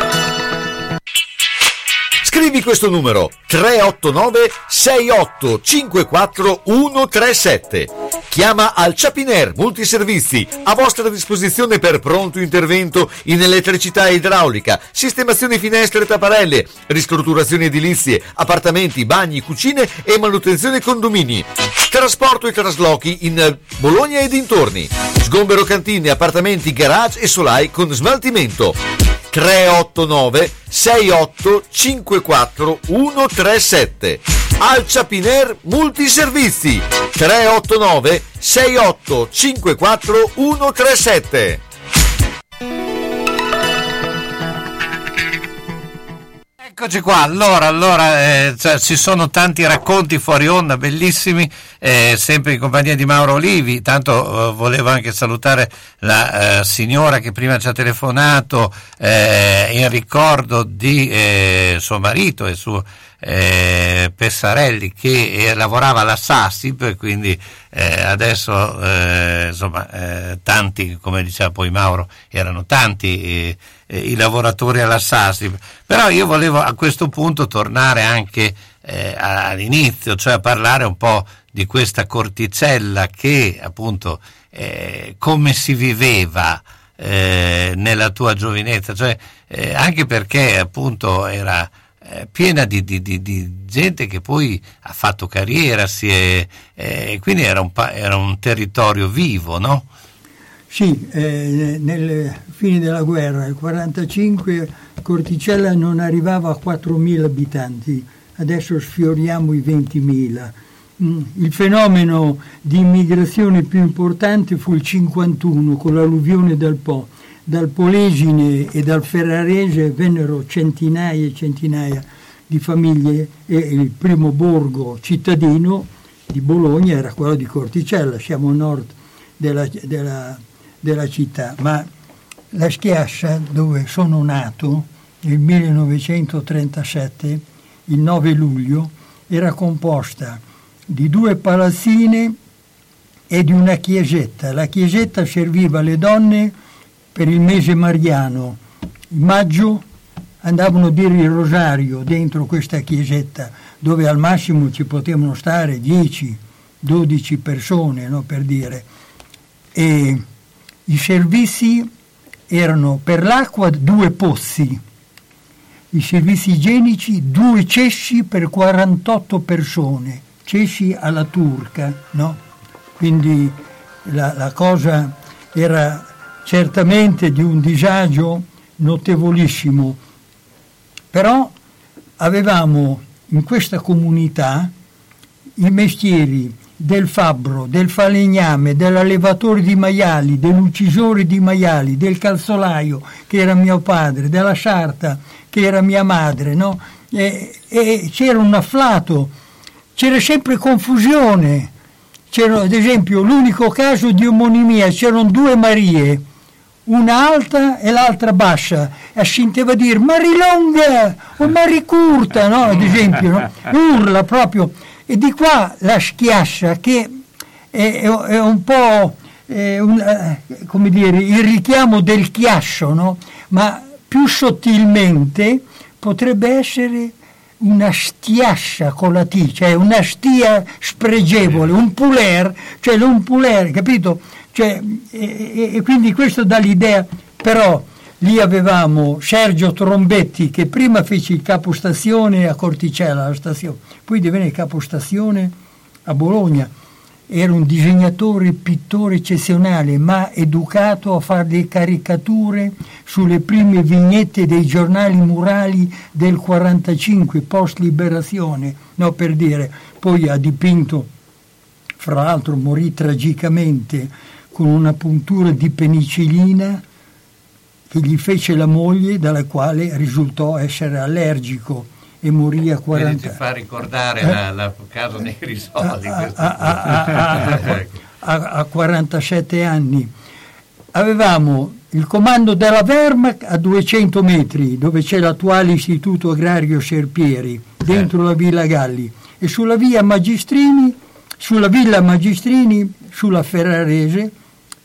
Scrivi questo numero tre otto nove sei otto cinque quattro uno tre sette. Chiama al Chapiner Multiservizi, a vostra disposizione per pronto intervento in elettricità e idraulica, sistemazioni finestre e tapparelle, ristrutturazioni edilizie, appartamenti, bagni, cucine e manutenzione condomini. Trasporto e traslochi in Bologna e dintorni. Sgombero cantine, appartamenti, garage e solai con smaltimento. tre otto nove sei otto cinque quattro uno tre sette. Al Chapiner Multiservizi tre otto nove sei otto cinque quattro uno tre sette. Eccoci qua, allora, allora eh, cioè, ci sono tanti racconti fuori onda bellissimi, eh, sempre in compagnia di Mauro Olivi. Tanto eh, volevo anche salutare la eh, signora che prima ci ha telefonato eh, in ricordo di eh, suo marito e suo eh, Pessarelli, che eh, lavorava alla Sassip, quindi eh, adesso eh, insomma eh, tanti, come diceva poi Mauro, erano tanti eh, eh, i lavoratori alla Sassip. Però io volevo a questo punto tornare anche eh, all'inizio, cioè a parlare un po' di questa Corticella, che appunto eh, come si viveva eh, nella tua giovinezza, cioè eh, anche perché appunto era eh, piena di, di, di, di gente che poi ha fatto carriera, si è, eh, quindi era un, pa- era un territorio vivo, no? Sì, eh, nel fine della guerra, il quarantacinque, Corticella non arrivava a quattromila abitanti, adesso sfioriamo i ventimila. Mm. Il fenomeno di immigrazione più importante fu il cinquantuno, con l'alluvione del Po. Dal Polesine e dal Ferrarese vennero centinaia e centinaia di famiglie e il primo borgo cittadino di Bologna era quello di Corticella, siamo a nord della, della, della città, ma la Schiascia, dove sono nato nel millenovecentotrentasette, il nove luglio, era composta di due palazzine e di una chiesetta. La chiesetta serviva le donne per il mese mariano. In maggio andavano a dire il rosario dentro questa chiesetta, dove al massimo ci potevano stare dieci dodici persone, no, per dire. E i servizi erano per l'acqua due pozzi, i servizi igienici due cessi per quarantotto persone, cessi alla turca, no? Quindi la, la cosa era certamente di un disagio notevolissimo, però avevamo in questa comunità i mestieri del fabbro, del falegname, dell'allevatore di maiali, dell'uccisore di maiali, del calzolaio, che era mio padre, della sarta, che era mia madre, no? E, e c'era un afflato, c'era sempre confusione. C'era, ad esempio, l'unico caso di omonimia, c'erano due Marie, una alta e l'altra bassa, e scinteva a dire Marilonga o Maricurta, no? Ad esempio, no? Urla proprio. E di qua la Schiascia, che è, è un po' è un, come dire, il richiamo del chiasso, no? Ma più sottilmente potrebbe essere una stiascia con la T, cioè una stia spregevole, un puler, cioè un puler, capito? Cioè, e, e quindi questo dà l'idea, però lì avevamo Sergio Trombetti, che prima fece il capostazione a Corticella, la stazione, poi divenne capostazione a Bologna. Era un disegnatore, pittore eccezionale, ma educato a fare le caricature sulle prime vignette dei giornali murali del quarantacinque, post liberazione, no, per dire. Poi ha dipinto, fra l'altro morì tragicamente con una puntura di penicillina che gli fece la moglie, dalla quale risultò essere allergico e morì a quaranta anni. Ti fa ricordare eh? la, la caso Negrisoli. A, a, a, a, a, a quarantasette anni. Avevamo il comando della Wehrmacht a duecento metri, dove c'è l'attuale Istituto Agrario Serpieri, dentro eh. la Villa Galli, e sulla via Magistrini, sulla Villa Magistrini, sulla Ferrarese,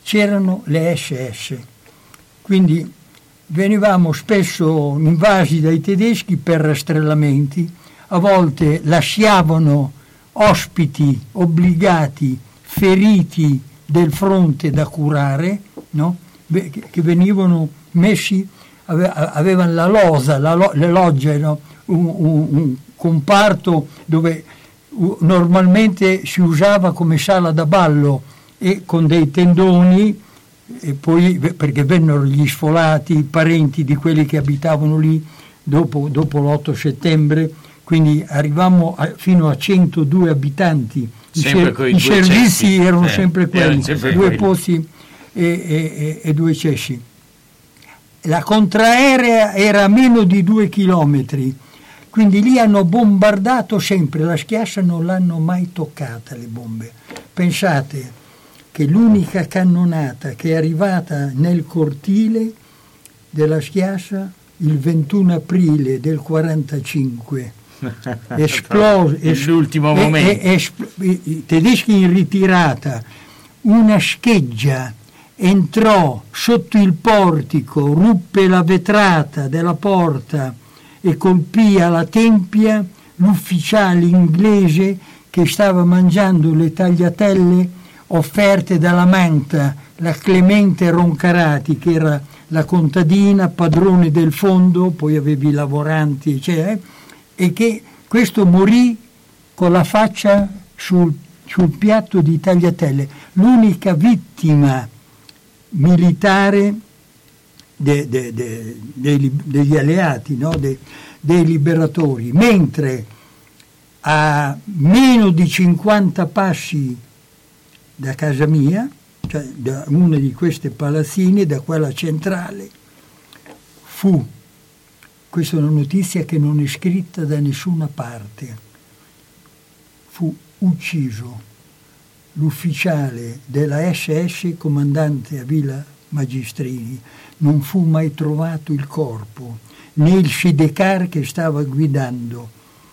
c'erano le S S, quindi venivamo spesso invasi dai tedeschi per rastrellamenti, a volte lasciavano ospiti obbligati, feriti del fronte da curare, no? Che venivano messi, avevano la losa, la lo, le logge, no? un, un, un comparto dove normalmente si usava come sala da ballo, e con dei tendoni, e poi perché vennero gli sfolati, i parenti di quelli che abitavano lì dopo, dopo l'otto settembre, quindi arrivammo a, fino a centodue abitanti. I, ser- i servizi cessi. erano eh, sempre quelli, sempre due quelli. pozzi e, e, e due cessi. La contraerea era a meno di due chilometri, quindi lì hanno bombardato sempre, la Schiassa non l'hanno mai toccata le bombe. Pensate che l'unica cannonata che è arrivata nel cortile della Schiassa il ventuno aprile del quarantacinque, esploso, es- l'ultimo es- momento. Es- es- i tedeschi in ritirata, una scheggia entrò sotto il portico, ruppe la vetrata della porta e colpì alla tempia l'ufficiale inglese che stava mangiando le tagliatelle offerte dalla Manta, la Clemente Roncarati, che era la contadina, padrone del fondo, poi avevi i lavoranti, eccetera, e che questo morì con la faccia sul, sul piatto di tagliatelle. L'unica vittima militare de, de, de, de, degli alleati, no? de, dei liberatori, mentre a meno di cinquanta passi da casa mia, cioè da una di queste palazzine, da quella centrale, fu, questa è una notizia che non è scritta da nessuna parte, fu ucciso l'ufficiale della S S comandante a Villa Magistrini. Non fu mai trovato il corpo, né il sidecar che stava guidando.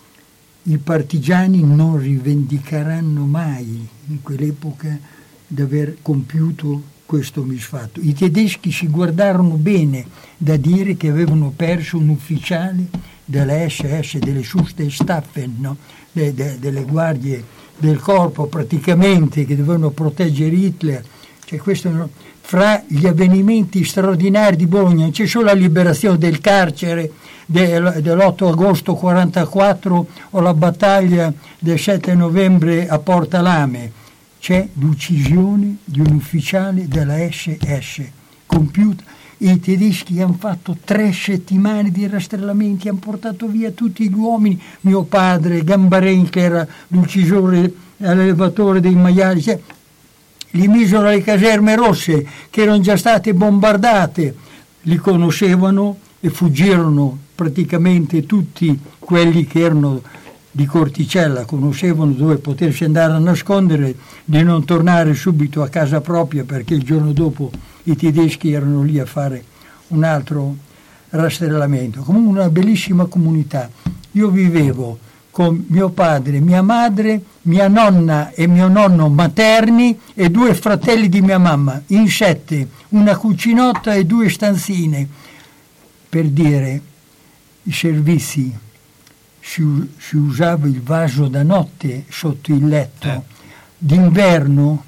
I partigiani non rivendicheranno mai in quell'epoca di aver compiuto questo misfatto. I tedeschi si guardarono bene da dire che avevano perso un ufficiale della S S, delle Schutzstaffen, no? de, de, delle guardie del corpo praticamente, che dovevano proteggere Hitler. Cioè, questo no? Fra gli avvenimenti straordinari di Bologna c'è solo la liberazione del carcere dell'otto agosto quarantaquattro o la battaglia del sette novembre a Porta Lame. C'è l'uccisione di un ufficiale della S S compiuta. I tedeschi hanno fatto tre settimane di rastrellamenti, hanno portato via tutti gli uomini. Mio padre, Gambarin, che era l'uccisore all'elevatore dei maiali, cioè, li misero alle caserme rosse che erano già state bombardate, li conoscevano e fuggirono praticamente tutti quelli che erano di Corticella, conoscevano dove potersi andare a nascondere, di non tornare subito a casa propria, perché il giorno dopo i tedeschi erano lì a fare un altro rastrellamento. Comunque una bellissima comunità. Io vivevo con mio padre, mia madre, mia nonna e mio nonno materni e due fratelli di mia mamma, in sette, una cucinotta e due stanzine. Per dire, i servizi, si, si usava il vaso da notte sotto il letto, eh. D'inverno,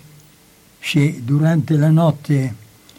se durante la notte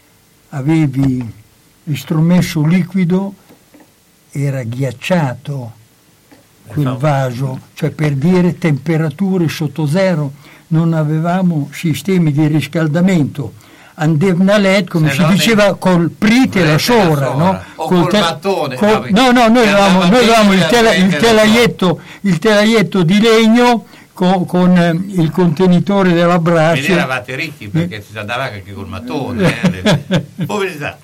avevi l'estromesso liquido, era ghiacciato quel vaso, cioè per dire temperature sotto zero, non avevamo sistemi di riscaldamento. Andevano a letto, come se si diceva, ne... col prite la sora, no? O col, col te... mattone. Col... No, no, noi avevamo, noi avevamo il, tela... il, telaietto, il telaietto di legno con, con eh, il contenitore della brace. Quindi eravate ricchi, perché si andava anche col mattone. Eh? Poverità.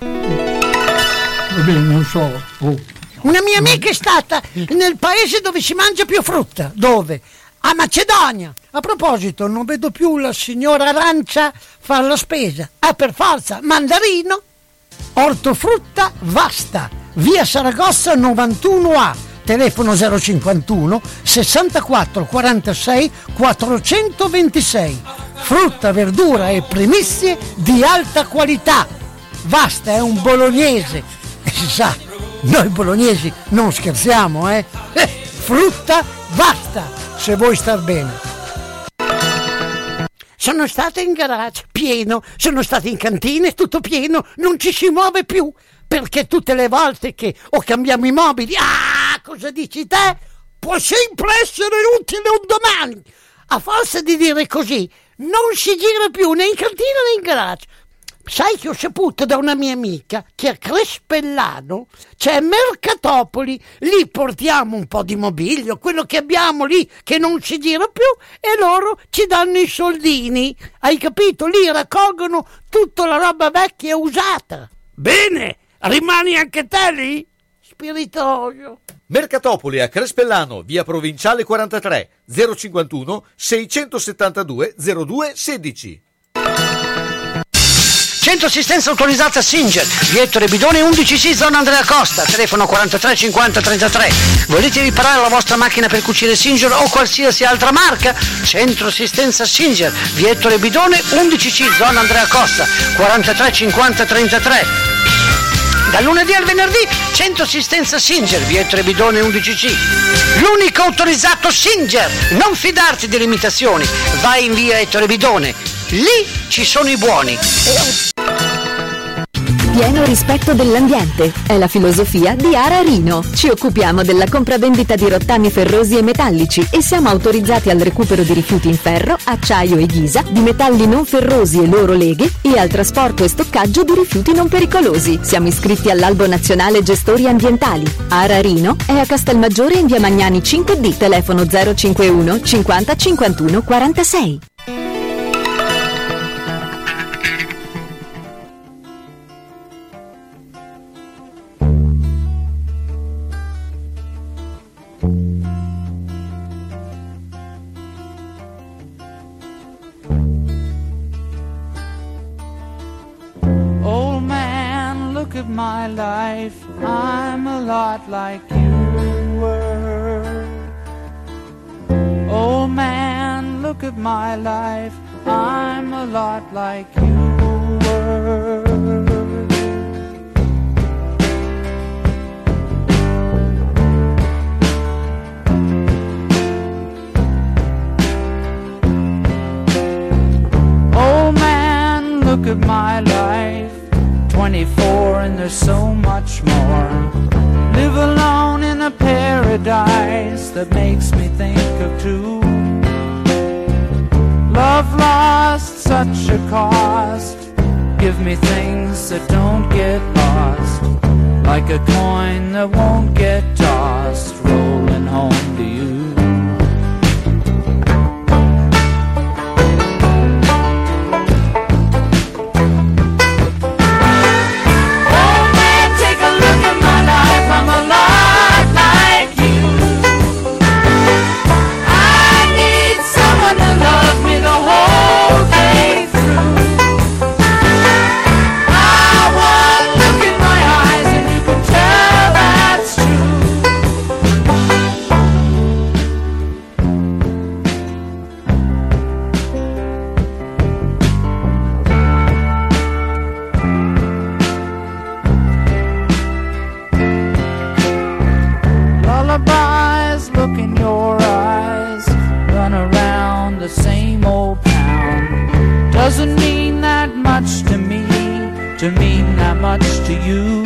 Va bene, non so. Oh. Una mia amica è stata nel paese dove si mangia più frutta. Dove? A Macedonia. A proposito, non vedo più la signora Arancia fare la spesa. Ah, per forza, mandarino. Ortofrutta Vasta, via Saragossa novantuno A, telefono zero cinquantuno sessantaquattro quarantasei quattrocentoventisei. frutta, verdura e primizie di alta qualità. Vasta è un bolognese e si sa, noi bolognesi non scherziamo, eh? eh frutta Vasta, se vuoi star bene. Sono stata in garage, pieno, sono stata in cantina, è tutto pieno, non ci si muove più, perché tutte le volte che o cambiamo i mobili, ah, cosa dici te? Può sempre essere utile un domani. A forza di dire così, non si gira più né in cantina né in garage. Sai che ho saputo da una mia amica che a Crespellano c'è Mercatopoli, lì portiamo un po' di mobilio, quello che abbiamo lì che non si gira più, e loro ci danno i soldini, hai capito? Lì raccolgono tutta la roba vecchia e usata. Bene, rimani anche te lì? Spiritoso. Mercatopoli a Crespellano, via Provinciale quarantatré, zero cinquantuno seicentosettantadue zero due sedici. Centro assistenza autorizzata Singer, via Ettore Bidone undici C, zona Andrea Costa, telefono quarantatré cinquanta trentatré. Volete riparare la vostra macchina per cucire Singer o qualsiasi altra marca? Centro assistenza Singer, via Ettore Bidone undici C, zona Andrea Costa, quarantatré cinquanta trentatré. Dal lunedì al venerdì, centro assistenza Singer, via Ettore Bidone undici C. L'unico autorizzato Singer, non fidarti delle imitazioni, vai in via Ettore Bidone, lì ci sono i buoni. Pieno rispetto dell'ambiente è la filosofia di Ara Rino. Ci occupiamo della compravendita di rottami ferrosi e metallici e siamo autorizzati al recupero di rifiuti in ferro, acciaio e ghisa, di metalli non ferrosi e loro leghe e al trasporto e stoccaggio di rifiuti non pericolosi. Siamo iscritti all'Albo Nazionale Gestori Ambientali. Ara Rino è a Castelmaggiore in via Magnani cinque D, telefono zero cinquantuno cinquanta cinquantuno quarantasei. My life, I'm a lot like you were. Oh man, look at my life, I'm a lot like you were. Oh man, look at my life, twenty-four and there's so much more. Live alone in a paradise that makes me think of two. Love lost, such a cost. Give me things that don't get lost, like a coin that won't get tossed, rolling home to you. Doesn't mean that much to me, to mean that much to you.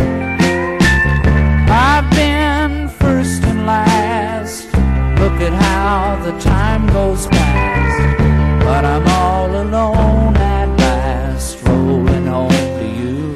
I've been first and last, look at how the time goes past, but I'm all alone at last, rolling home to you.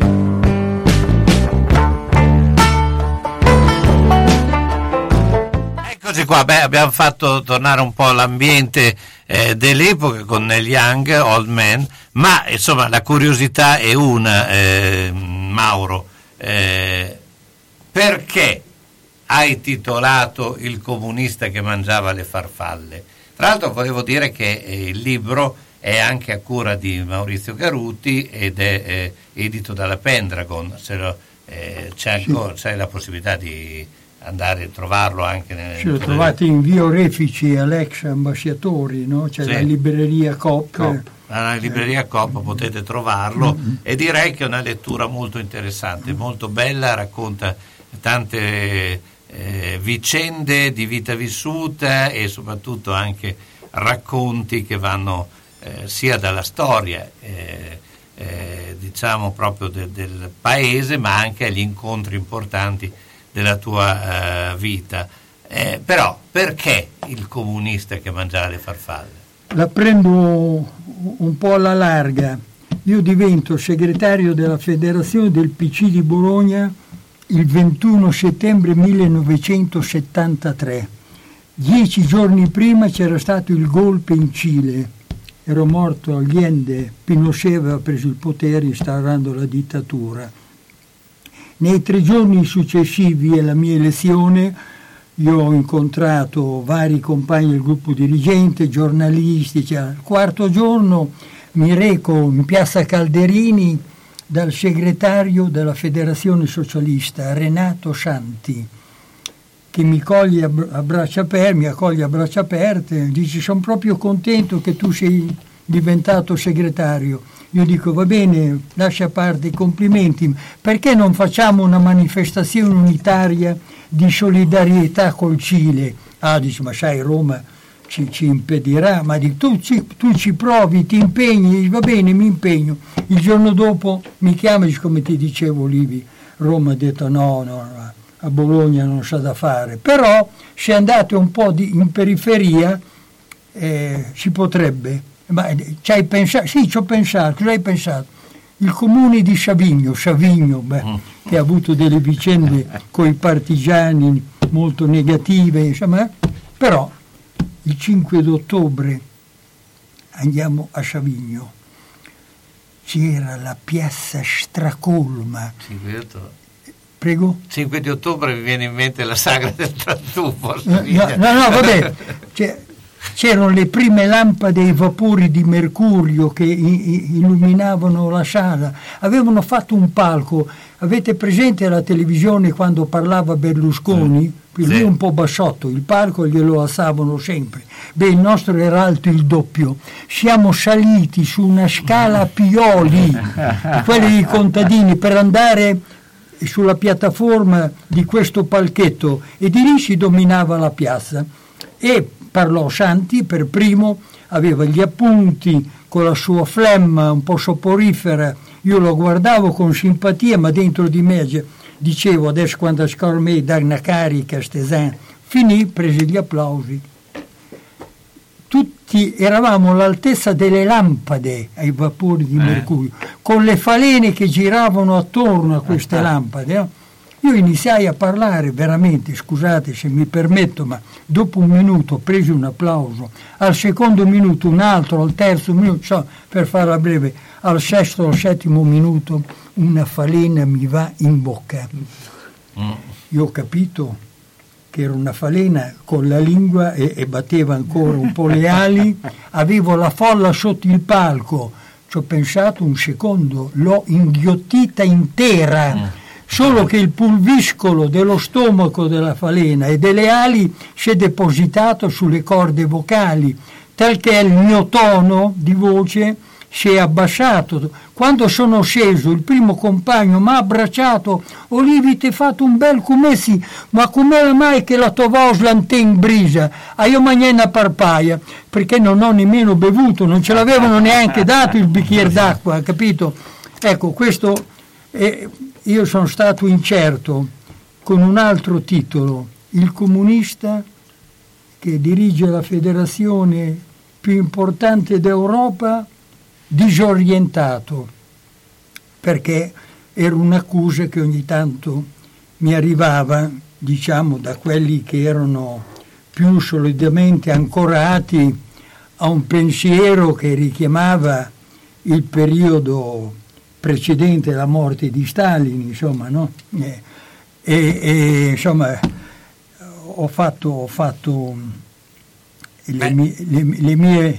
Eccoci qua, beh, abbiamo fatto tornare un po' l'ambiente Eh, dell'epoca con Neil Young, Old Man, ma insomma la curiosità è una, eh, Mauro, eh, perché hai titolato Il comunista che mangiava le farfalle? Tra l'altro volevo dire che eh, il libro è anche a cura di Maurizio Caruti ed è eh, edito dalla Pendragon, se lo, eh, c'è, ancora, c'è la possibilità di andare a trovarlo anche nelle... Ce lo trovate in via Orefici all'ex ambasciatori, no? C'è Sì. la libreria Coop. Coop. Alla libreria Coop potete trovarlo, mm-hmm. e direi che è una lettura molto interessante, molto bella, racconta tante eh, vicende di vita vissuta e soprattutto anche racconti che vanno eh, sia dalla storia eh, eh, diciamo proprio de, del paese, ma anche agli incontri importanti della tua eh, vita. Eh, però perché il comunista che mangiava le farfalle? La prendo un po' alla larga. Io divento segretario della Federazione del P C di Bologna il ventuno settembre millenovecentosettantatré. Dieci giorni prima c'era stato il golpe in Cile. Ero morto Allende, Pinochet aveva preso il potere instaurando la dittatura. Nei tre giorni successivi alla mia elezione io ho incontrato vari compagni del gruppo dirigente, giornalisti, cioè, al quarto giorno mi reco in piazza Calderini dal segretario della Federazione Socialista, Renato Santi, che mi coglie a braccia aperte, mi accoglie a braccia aperte, dice: sono proprio contento che tu sei diventato segretario. Io dico: va bene, lascia a parte i complimenti, perché non facciamo una manifestazione unitaria di solidarietà col Cile? Ah, dice: ma sai, Roma ci, ci impedirà. Ma dico, tu, ci, tu ci provi, ti impegni. Dico, va bene, mi impegno. Il giorno dopo mi chiama e dice: come ti dicevo, Livi, Roma ha detto no, no, no, a Bologna non sa da fare. Però se andate un po' di, in periferia eh, si potrebbe. Ma ci hai pensato? Sì, ci ho pensato. Cosa hai pensato? Il comune di Savigno, Savigno beh, mm. che ha avuto delle vicende con i partigiani molto negative, insomma, però il cinque d'ottobre andiamo a Savigno, c'era la piazza stracolma. cinque di ottobre. Prego? cinque di ottobre mi viene in mente la sagra del tartufo. No, no, no, vabbè, cioè, c'erano le prime lampade ai vapori di mercurio che illuminavano la sala, avevano fatto un palco. Avete presente la televisione quando parlava Berlusconi? Sì. Lui un po' bassotto, il palco glielo alzavano sempre. Beh, il nostro era alto il doppio. Siamo saliti su una scala a pioli, quelli dei contadini, per andare sulla piattaforma di questo palchetto, e di lì si dominava la piazza. E parlò Santi per primo, aveva gli appunti con la sua flemma un po' soporifera, io lo guardavo con simpatia, ma dentro di me dicevo: adesso quando scormei dare una carica a Stesan. Finì, prese gli applausi. Tutti eravamo all'altezza delle lampade ai vapori di eh. mercurio, con le falene che giravano attorno a queste lampade, no? Io iniziai a parlare veramente, scusate se mi permetto, ma dopo un minuto presi un applauso, al secondo minuto un altro, al terzo minuto, so, per farla breve, al sesto o al settimo minuto una falena mi va in bocca. Io ho capito che era una falena con la lingua e, e batteva ancora un po' le ali, avevo la folla sotto il palco, ci ho pensato un secondo, l'ho inghiottita intera. Solo che il pulviscolo dello stomaco della falena e delle ali si è depositato sulle corde vocali, talché il mio tono di voce si è abbassato. Quando sono sceso, il primo compagno mi ha abbracciato: Olivi, ti hai fatto un bel cumessi, ma com'era mai che la tua voce l'ante in brisa? Ah, io mangiai una parpaia, perché non ho nemmeno bevuto, non ce l'avevano neanche dato il bicchiere d'acqua, capito? Ecco, questo è... Io sono stato incerto con un altro titolo, il comunista che dirige la federazione più importante d'Europa, disorientato, perché era un'accusa che ogni tanto mi arrivava, diciamo, da quelli che erano più solidamente ancorati a un pensiero che richiamava il periodo precedente alla morte di Stalin, insomma, no? E, e insomma ho fatto, ho fatto le, mie, le, le mie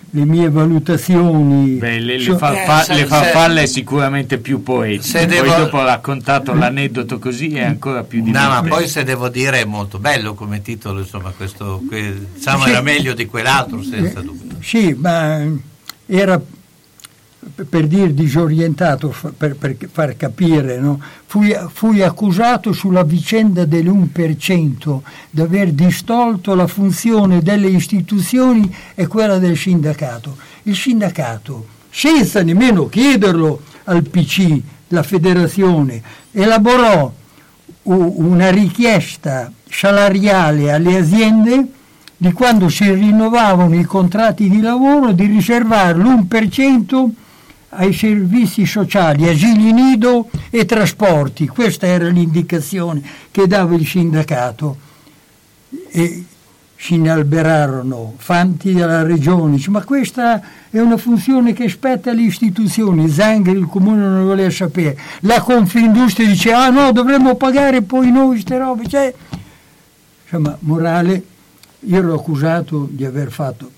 le mie valutazioni. Beh, le, le, so, farfa- eh, se, le farfalle se, è sicuramente più poetiche. Poi devo... dopo ho raccontato l'aneddoto così è ancora più divertente. No, ma poi se devo dire è molto bello come titolo, insomma, questo que, diciamo, sì, era meglio di quell'altro senza eh, dubbio. Sì, ma era per dire disorientato, per, per far capire, no? fui, fui accusato sulla vicenda dell'uno per cento di aver distolto la funzione delle istituzioni e quella del sindacato. Il sindacato, senza nemmeno chiederlo al P C, la federazione, elaborò una richiesta salariale alle aziende di quando si rinnovavano i contratti di lavoro di riservare l'uno per cento ai servizi sociali, asili nido e trasporti. Questa era l'indicazione che dava il sindacato e si inalberarono fanti dalla regione. Dice, ma questa è una funzione che spetta alle istituzioni. Zangari, il comune, non voleva sapere. La Confindustria dice ah no, dovremmo pagare poi noi queste robe. Cioè, insomma, morale, io ero accusato di aver fatto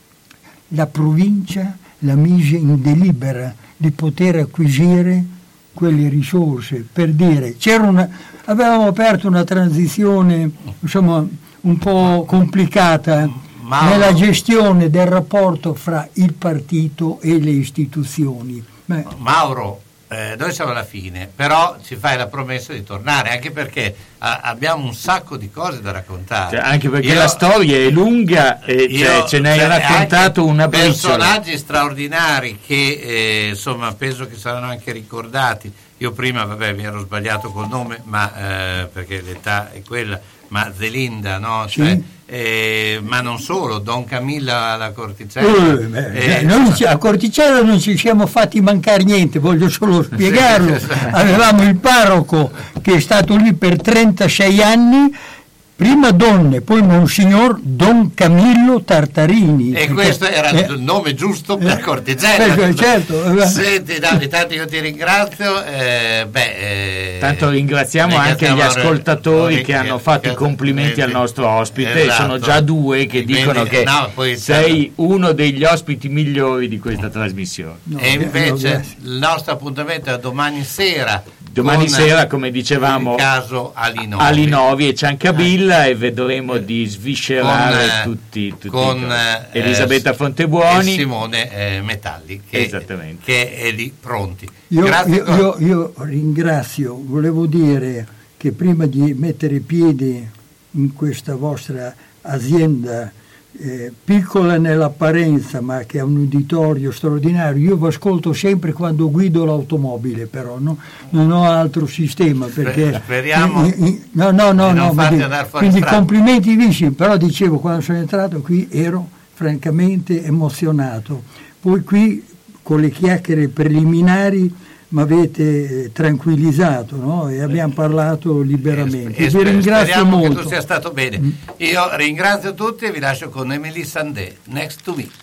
la provincia, la mise in delibera di poter acquisire quelle risorse, per dire, c'era una, avevamo aperto una transizione, insomma, un po' complicata Mauro, nella gestione del rapporto fra il partito e le istituzioni. Beh, Mauro, eh, noi siamo alla fine, però ci fai la promessa di tornare, anche perché a, abbiamo un sacco di cose da raccontare. Cioè, anche perché io, la storia è lunga e io, cioè, ce ne hai cioè, raccontato una briciola. Personaggi straordinari che eh, insomma penso che saranno anche ricordati. Io prima, vabbè, mi ero sbagliato col nome, ma eh, perché l'età è quella, ma Zelinda, no? Cioè, sì. eh, ma non solo, Don Camilla alla Corticella. Uh, beh, eh, non ci, a Corticella non ci siamo fatti mancare niente, voglio solo spiegarlo. Avevamo il parroco che è stato lì per trentasei anni, prima donne, poi Monsignor Don Camillo Tartarini. E perché, questo era eh, il nome giusto per Corticella. Eh, certo. Senti Davide, tanto io ti ringrazio. Eh, beh, eh, Tanto ringraziamo anche gli ascoltatori che hanno fatto i complimenti al nostro ospite. Esatto. Sono già due che Quindi, dicono che no, poi sei uno degli ospiti migliori di questa trasmissione. No, e invece no, il nostro appuntamento è domani sera. Domani sera, come dicevamo, il caso Alinovi, Alinovi e Ciancabilla, eh. e vedremo di sviscerare con, tutti, tutti con eh, Elisabetta Fontebuoni e Simone eh, Metalli che, che è lì pronti. Io, Grazie, io, io, io ringrazio, volevo dire che prima di mettere piedi in questa vostra azienda Eh, piccola nell'apparenza ma che ha un uditorio straordinario, io vi ascolto sempre quando guido l'automobile, però no? Non ho altro sistema perché speriamo in, in, no no no, no non dico, quindi strada. Complimenti vici, però dicevo quando sono entrato qui ero francamente emozionato, poi qui con le chiacchiere preliminari mi avete tranquillizzato, no? E abbiamo parlato liberamente. E vi ringrazio speriamo molto. che tu sia stato bene. Io ringrazio tutti e vi lascio con Emily Sandé, Next to Me.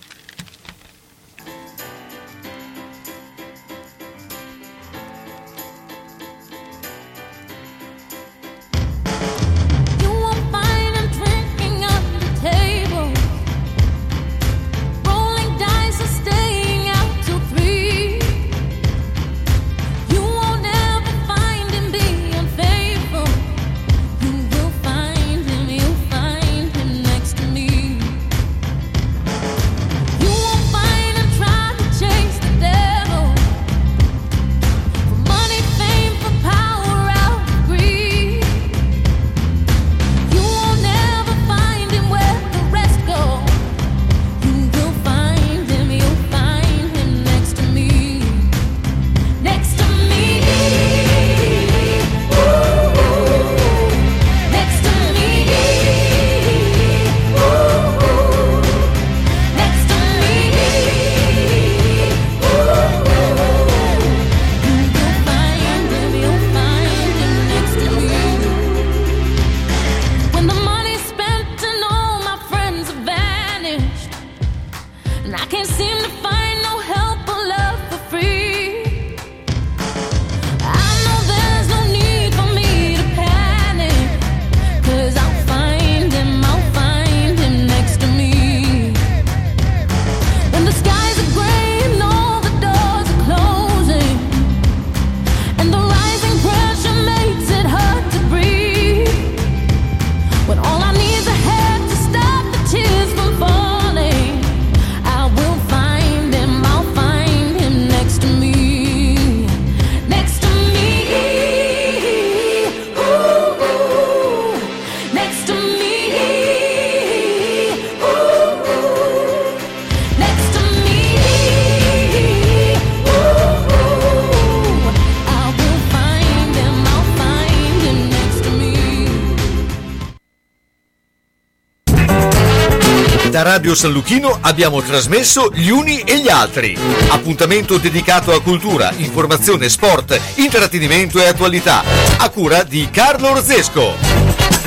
Da Radio San Luchino abbiamo trasmesso Gli Uni e gli Altri. Appuntamento dedicato a cultura, informazione, sport, intrattenimento e attualità. A cura di Carlo Orzesco.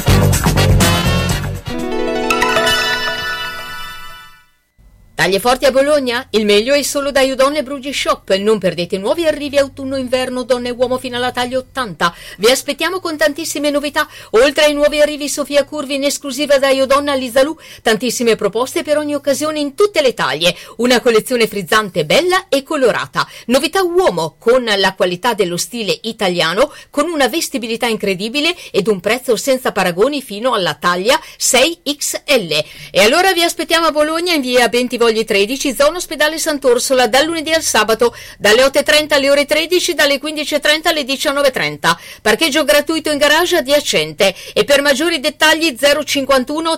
Taglie forti a Bologna? Il meglio è solo da Iudonne Brugi Shop. Non perdete nuovi arrivi autunno-inverno donna e uomo fino alla taglia ottanta. Vi aspettiamo con tantissime novità. Oltre ai nuovi arrivi Sofia Curvi in esclusiva da Iudonna all'Isalù, tantissime proposte per ogni occasione in tutte le taglie. Una collezione frizzante bella e colorata. Novità uomo con la qualità dello stile italiano, con una vestibilità incredibile ed un prezzo senza paragoni fino alla taglia sei X L. E allora vi aspettiamo a Bologna in via Bentivogli tredici, zona ospedale Sant'Orsola, dal lunedì al sabato, dalle otto e trenta alle ore tredici, dalle quindici e trenta alle diciannove e trenta. Parcheggio gratuito in garage adiacente. E per maggiori dettagli zero cinquantuno